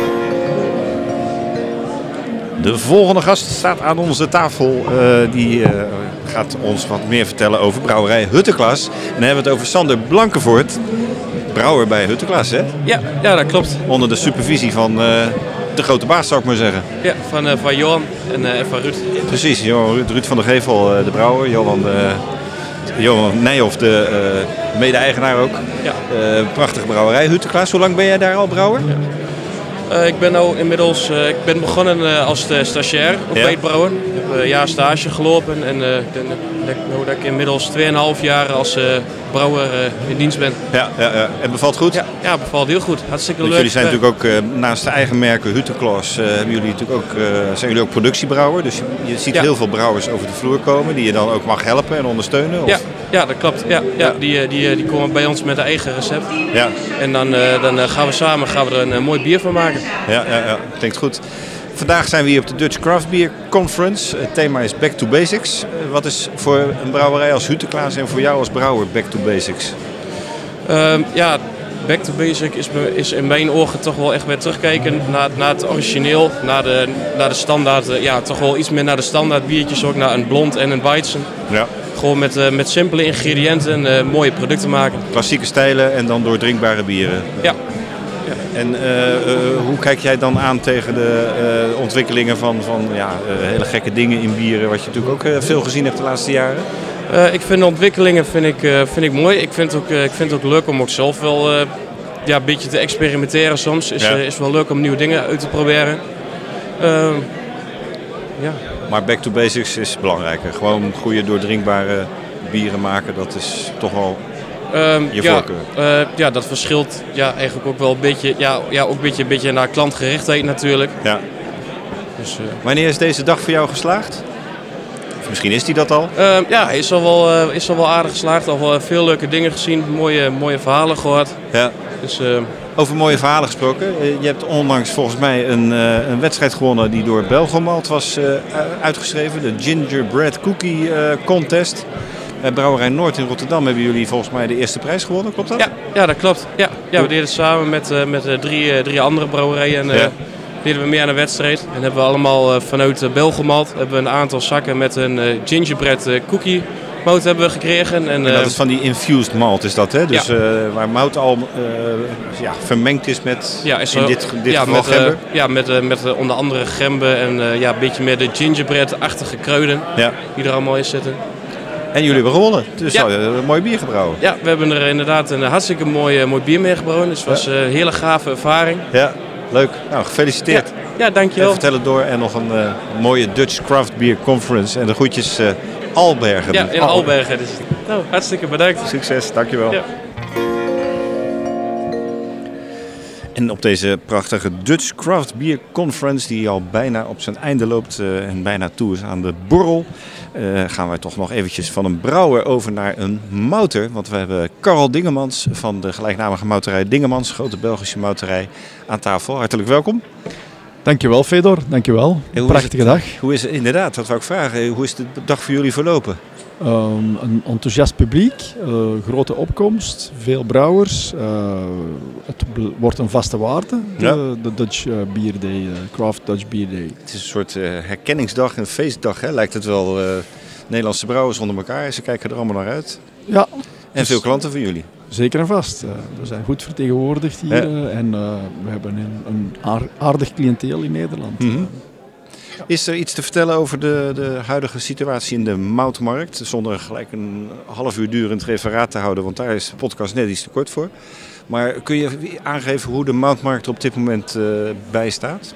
De volgende gast staat aan onze tafel. Die gaat ons wat meer vertellen over brouwerij Hutteklas. En dan hebben we het over Sander Blankenvoort. Brouwer bij Hutteklas, hè? Ja, dat klopt. Onder de supervisie van de grote baas, zou ik maar zeggen. Ja, van Johan en van Ruud. Precies, Ruud van der Gevel, de brouwer. Johan Nijhoff, de mede-eigenaar ook. Ja. Prachtige brouwerij Hutteklas. Hoe lang ben jij daar al brouwer? Ja. Ik ben nou inmiddels begonnen als stagiair op Beetbrouwen. Ik heb een jaar stage gelopen en dat ik inmiddels 2,5 jaar als brouwer in dienst ben. Ja. En bevalt goed? Ja, bevalt heel goed. Hartstikke leuk. Jullie zijn natuurlijk ook naast de eigen merken Hutteklas zijn jullie ook productiebrouwer. Dus je ziet heel veel brouwers over de vloer komen die je dan ook mag helpen en ondersteunen. Of? Ja, dat klopt. Ja. Die komen bij ons met een eigen recept. Ja. En dan gaan we samen er een mooi bier van maken. Ja, klinkt goed. Vandaag zijn we hier op de Dutch Craft Beer Conference. Het thema is Back to Basics. Wat is voor een brouwerij als Hutteklas en voor jou als brouwer Back to Basics? Back to Basic is in mijn ogen toch wel echt weer terugkijken naar het origineel, naar de standaard, toch wel iets meer naar de standaard biertjes, ook naar een blond en een weizen. Ja. Gewoon met simpele ingrediënten mooie producten maken. Klassieke stijlen en dan doordrinkbare bieren. Ja. En hoe kijk jij dan aan tegen de ontwikkelingen van hele gekke dingen in bieren, wat je natuurlijk ook veel gezien hebt de laatste jaren? Ik vind de ontwikkelingen vind ik mooi. Ik vind het ook leuk om ook zelf wel een beetje te experimenteren soms. Is wel leuk om nieuwe dingen uit te proberen. Maar back to basics is belangrijker. Gewoon goede doordrinkbare bieren maken, dat is toch wel je voorkeur. Dat verschilt eigenlijk ook wel een beetje. Ook een beetje naar klantgerichtheid natuurlijk. Ja. Dus, wanneer is deze dag voor jou geslaagd? Of misschien is die dat al? Hij is al wel aardig geslaagd. Al wel veel leuke dingen gezien. Mooie verhalen gehoord. Ja. Dus, over mooie verhalen gesproken. Je hebt onlangs volgens mij een wedstrijd gewonnen die door Belgomalt was uitgeschreven. De Gingerbread Cookie Contest. Brouwerij Noord in Rotterdam hebben jullie volgens mij de eerste prijs gewonnen, klopt dat? Ja, dat klopt. Ja, we deden het samen met 3 andere brouwerijen deden we mee aan een wedstrijd. En hebben we allemaal vanuit Belgemalt hebben we een aantal zakken met een gingerbread cookie mout hebben we gekregen. En dat is van die infused malt, is dat, hè? Dus waar mout al vermengd is met in dit geval gember? Met onder andere gember en een beetje meer de gingerbread-achtige kruiden die er allemaal in zitten. En jullie hebben gewonnen, dus een mooi bier gebrouwen. Ja, we hebben er inderdaad een hartstikke mooi bier mee gebrouwen. Dus het was een hele gave ervaring. Ja, leuk. Nou, gefeliciteerd. Ja, dankjewel. En vertel het door en nog een mooie Dutch Craft Beer Conference. En de groetjes Albergen. Ja, in Albergen. Dus, nou, hartstikke bedankt. Succes, dankjewel. Ja. En op deze prachtige Dutch Craft Beer Conference, die al bijna op zijn einde loopt en bijna toe is aan de borrel, gaan wij toch nog eventjes van een brouwer over naar een mouter. Want we hebben Karel Dingemans van de gelijknamige mouterij Dingemans, grote Belgische mouterij, aan tafel. Hartelijk welkom. Dankjewel Fedor, dankjewel. Prachtige dag. Hoe is het, inderdaad, dat wou ik vragen. Hoe is de dag voor jullie verlopen? Een enthousiast publiek, grote opkomst, veel brouwers. Het wordt een vaste waarde, de Dutch Beer Day, Craft Dutch Beer Day. Het is een soort herkenningsdag, een feestdag, hè? Lijkt het wel. Nederlandse brouwers onder elkaar, ze kijken er allemaal naar uit. Ja. En veel klanten van jullie. Zeker en vast. We zijn goed vertegenwoordigd hier en we hebben een aardig cliënteel in Nederland. Mm-hmm. Is er iets te vertellen over de huidige situatie in de moutmarkt? Zonder gelijk een half uur durend referaat te houden, want daar is de podcast net iets te kort voor. Maar kun je aangeven hoe de moutmarkt er op dit moment bij staat?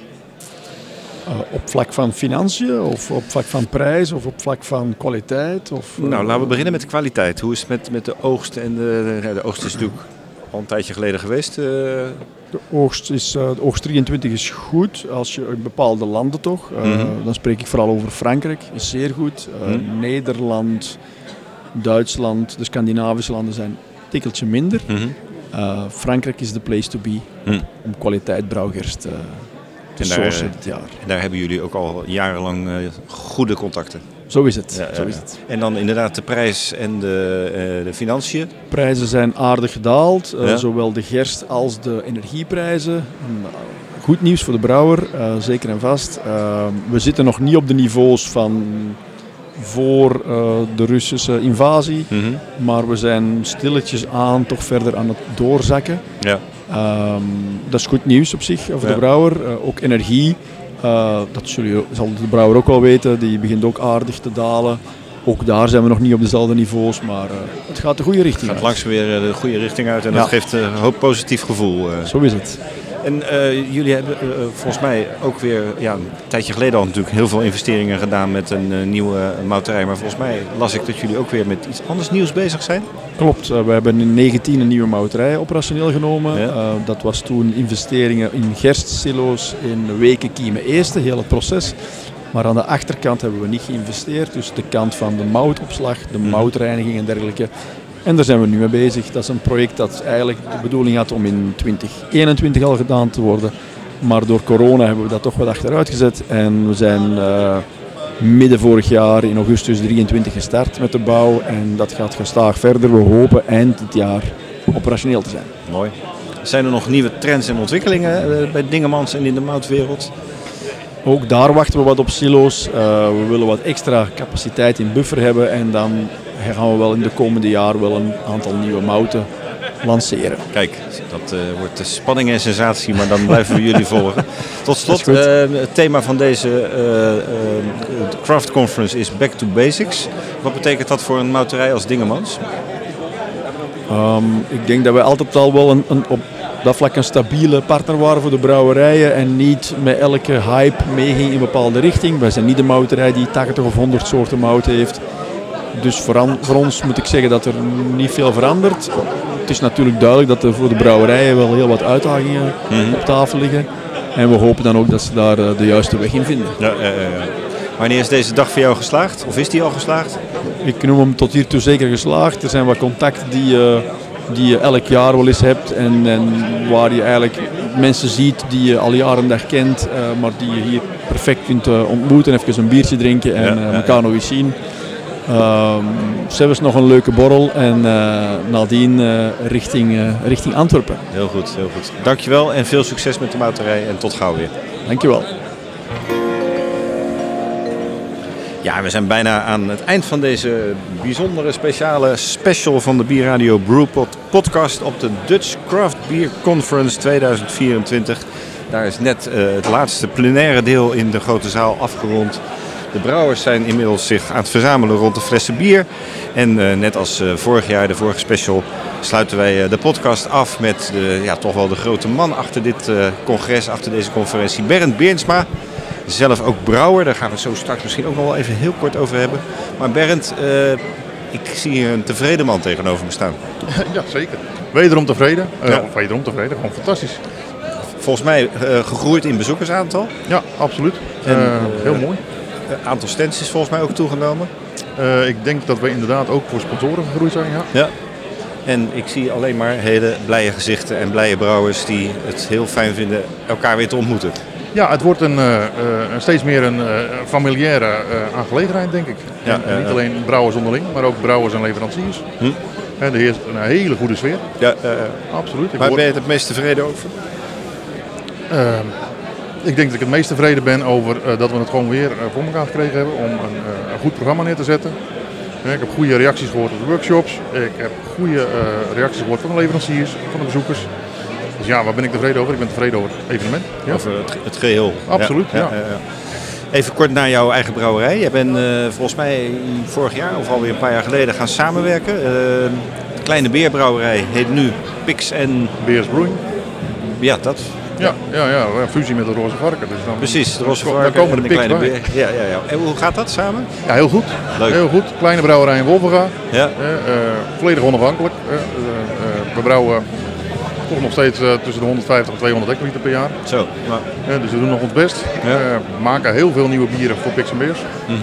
Op vlak van financiën of op vlak van prijs of op vlak van kwaliteit? Nou, laten we beginnen met de kwaliteit. Hoe is het met de oogst? En de oogst is natuurlijk al een tijdje geleden geweest. De oogst 23 is goed als je in bepaalde landen toch. Dan spreek ik vooral over Frankrijk, is zeer goed. Nederland, Duitsland, de Scandinavische landen zijn een tikkeltje minder. Frankrijk is the place to be om kwaliteit brouwgerst te sourcen dit jaar. En daar hebben jullie ook al jarenlang goede contacten. Zo is het. Zo is het. En dan inderdaad de prijs en de financiën. Prijzen zijn aardig gedaald, zowel de gerst als de energieprijzen. Goed nieuws voor de brouwer, zeker en vast. We zitten nog niet op de niveaus van voor de Russische invasie, maar we zijn stilletjes aan toch verder aan het doorzakken. Ja. Dat is goed nieuws op zich voor de brouwer. Ook energie. Dat zal de brouwer ook wel weten, die begint ook aardig te dalen. Ook daar zijn we nog niet op dezelfde niveaus, maar het gaat de goede richting uit. Het gaat langzaam weer de goede richting uit en dat geeft een hoop positief gevoel. Zo is het. En jullie hebben volgens mij ook weer een tijdje geleden al natuurlijk heel veel investeringen gedaan met een nieuwe mouterij. Maar volgens mij las ik dat jullie ook weer met iets anders nieuws bezig zijn. Klopt, we hebben in 2019 een nieuwe mouterij operationeel genomen. Ja. Dat was toen investeringen in gerstsilo's, in weken kiemen eerste, heel het proces. Maar aan de achterkant hebben we niet geïnvesteerd, dus de kant van de moutopslag, de moutreiniging en dergelijke. En daar zijn we nu mee bezig. Dat is een project dat eigenlijk de bedoeling had om in 2021 al gedaan te worden. Maar door corona hebben we dat toch wat achteruit gezet. En we zijn midden vorig jaar in augustus 2023 gestart met de bouw. En dat gaat gestaag verder. We hopen eind dit jaar operationeel te zijn. Mooi. Zijn er nog nieuwe trends en ontwikkelingen bij Dingemans en in de moutwereld? Ook daar wachten we wat op silo's. We willen wat extra capaciteit in buffer hebben. En dan gaan we wel in de komende jaar wel een aantal nieuwe mouten lanceren. Kijk, dat wordt de spanning en sensatie, maar dan blijven we jullie volgen. Tot slot, het thema van deze Craft Conference is Back to Basics. Wat betekent dat voor een mouterij als Dingemans? Ik denk dat wij altijd al wel op dat vlak een stabiele partner waren voor de brouwerijen en niet met elke hype meeging in een bepaalde richting. Wij zijn niet de mouterij die 80 of 100 soorten mout heeft. Dus voor ons moet ik zeggen dat er niet veel verandert. Het is natuurlijk duidelijk dat er voor de brouwerijen wel heel wat uitdagingen op tafel liggen. En we hopen dan ook dat ze daar de juiste weg in vinden. Ja. Wanneer is deze dag voor jou geslaagd? Of is die al geslaagd? Ik noem hem tot hiertoe zeker geslaagd. Er zijn wat contacten die je elk jaar wel eens hebt en waar je eigenlijk mensen ziet die je al jaren dag kent, maar die je hier perfect kunt ontmoeten, even een biertje drinken en elkaar nog eens zien. Zelfs nog een leuke borrel en nadien richting Antwerpen. Heel goed, heel goed. Dankjewel en veel succes met de mouterij en tot gauw weer. Dankjewel. Ja, we zijn bijna aan het eind van deze bijzondere speciale special van de Bierradio Brewpod podcast op de Dutch Craft Beer Conference 2024. Daar is net het laatste plenaire deel in de grote zaal afgerond. De brouwers zijn inmiddels zich aan het verzamelen rond de flessen bier. En net als vorig jaar, de vorige special, sluiten wij de podcast af met toch wel de grote man achter dit congres, achter deze conferentie, Bernd Beernsma. Zelf ook brouwer, daar gaan we het zo straks misschien ook nog wel even heel kort over hebben. Maar Bernd, ik zie hier een tevreden man tegenover me staan. Ja, zeker. Wederom tevreden. Wederom tevreden, gewoon fantastisch. Volgens mij gegroeid in bezoekersaantal. Ja, absoluut. Heel mooi. Aantal stands is volgens mij ook toegenomen. Ik denk dat we inderdaad ook voor sponsoren gegroeid zijn, ja. En ik zie alleen maar hele blije gezichten en blije brouwers die het heel fijn vinden elkaar weer te ontmoeten. Ja, het wordt steeds meer een familiaire aangelegenheid, denk ik. Niet alleen brouwers onderling, maar ook brouwers en leveranciers. Er heerst een hele goede sfeer. Ja, absoluut. Waar ben je het meest tevreden over? Ik denk dat ik het meest tevreden ben over dat we het gewoon weer voor elkaar gekregen hebben om een goed programma neer te zetten. Ik heb goede reacties gehoord op de workshops. Ik heb goede reacties gehoord van de leveranciers, van de bezoekers. Dus ja, waar ben ik tevreden over? Ik ben tevreden over het evenement. Ja. Over het geheel. Absoluut, ja. Even kort naar jouw eigen brouwerij. Jij bent volgens mij vorig jaar of alweer een paar jaar geleden gaan samenwerken. De Kleine Beerbrouwerij heet nu Pix en Beers Brewing. Ja, dat. Ja, een fusie met de Roze Varken. Dus dan, precies, de Roze Varken. Daar komen de Kleine bij. Beer. Ja. En hoe gaat dat samen? Ja, heel goed. Leuk. Heel goed. Kleine brouwerij in Wolvenga. Ja. Volledig onafhankelijk. We brouwen toch nog steeds tussen de 150 en 200 hectoliter per jaar. Zo. Dus we doen nog ons best. Ja. We maken heel veel nieuwe bieren voor Pix en Beers.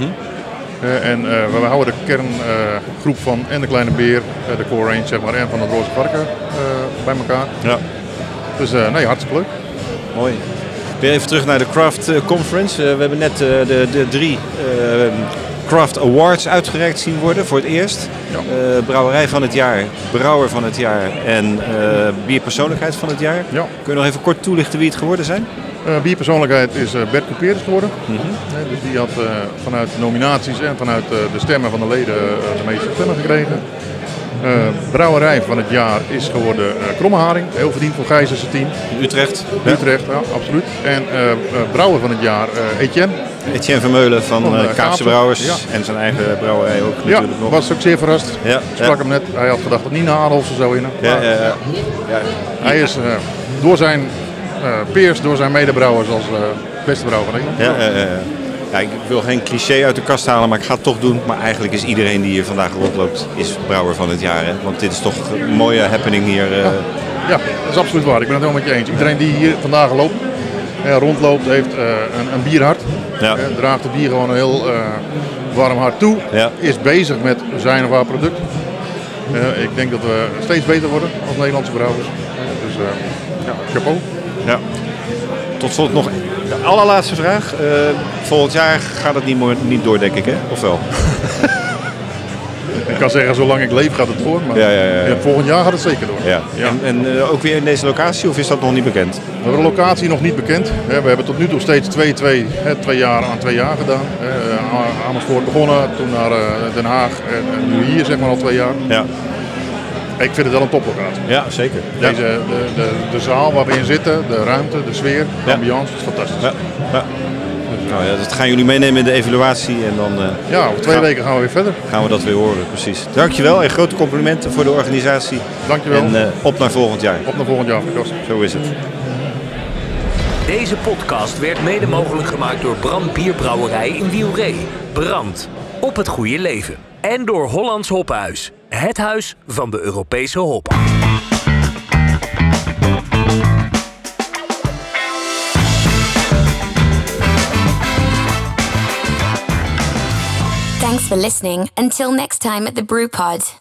En we houden de kerngroep van en de Kleine Beer, de core range zeg maar, en van de Roze Varken bij elkaar. Ja. Dus hartstikke leuk. Mooi. Weer even terug naar de Craft Conference. We hebben net de 3 Craft Awards uitgereikt zien worden voor het eerst. Ja. Brouwerij van het jaar, Brouwer van het jaar en Bierpersoonlijkheid van het jaar. Ja. Kun je nog even kort toelichten wie het geworden zijn? Bierpersoonlijkheid is Bert Couperus geworden. Dus die had vanuit de nominaties en vanuit de stemmen van de leden de meeste stemmen gekregen. Brouwerij van het jaar is geworden Kromme Haring, heel verdiend voor Gijs en zijn team. Utrecht. Utrecht, ja, absoluut. En brouwer van het jaar Etienne. Etienne Vermeulen van Kaapse Brouwers en zijn eigen brouwerij ook natuurlijk nog. Was ook zeer verrast. Ik sprak hem net, hij had gedacht dat Nina Adolfs er zo in. Hij is door zijn peers, door zijn medebrouwers als beste brouwer van Nederland. Ja, ik wil geen cliché uit de kast halen, maar ik ga het toch doen. Maar eigenlijk is iedereen die hier vandaag rondloopt, is brouwer van het jaar. Hè? Want dit is toch een mooie happening hier. Ja, dat is absoluut waar. Ik ben het helemaal met je eens. Iedereen die hier vandaag rondloopt, heeft een bierhart. Ja. Draagt het bier gewoon een heel warm hart toe. Ja. Is bezig met zijn of haar product. Ik denk dat we steeds beter worden als Nederlandse brouwers. Dus chapeau. Ja. Tot slot nog de allerlaatste vraag. Volgend jaar gaat het niet door, denk ik, hè? Of wel? Ik kan zeggen, zolang ik leef gaat het door. Maar volgend jaar gaat het zeker door. Ja. En ook weer in deze locatie, of is dat nog niet bekend? We hebben de locatie nog niet bekend. We hebben tot nu toe steeds 2 jaar aan 2 jaar gedaan. Amersfoort begonnen, toen naar Den Haag en nu hier zeg maar al 2 jaar. Ja. Ik vind het wel een toplocatie. Ja, zeker. De zaal waar we in zitten, de ruimte, de sfeer, de ambiance, is fantastisch. Ja. Nou ja, dat gaan jullie meenemen in de evaluatie en dan... over 2 weken gaan we weer verder. Gaan we dat weer horen, precies. Dankjewel en grote complimenten voor de organisatie. Dankjewel. En op naar volgend jaar. Op naar volgend jaar, Kost. Zo is het. Deze podcast werd mede mogelijk gemaakt door Brand Bierbrouwerij in Wielree. Brand. Op het goede leven. En door Hollands Hophuis. Het huis van de Europese hop. Thanks for listening. Until next time at the Brewpod.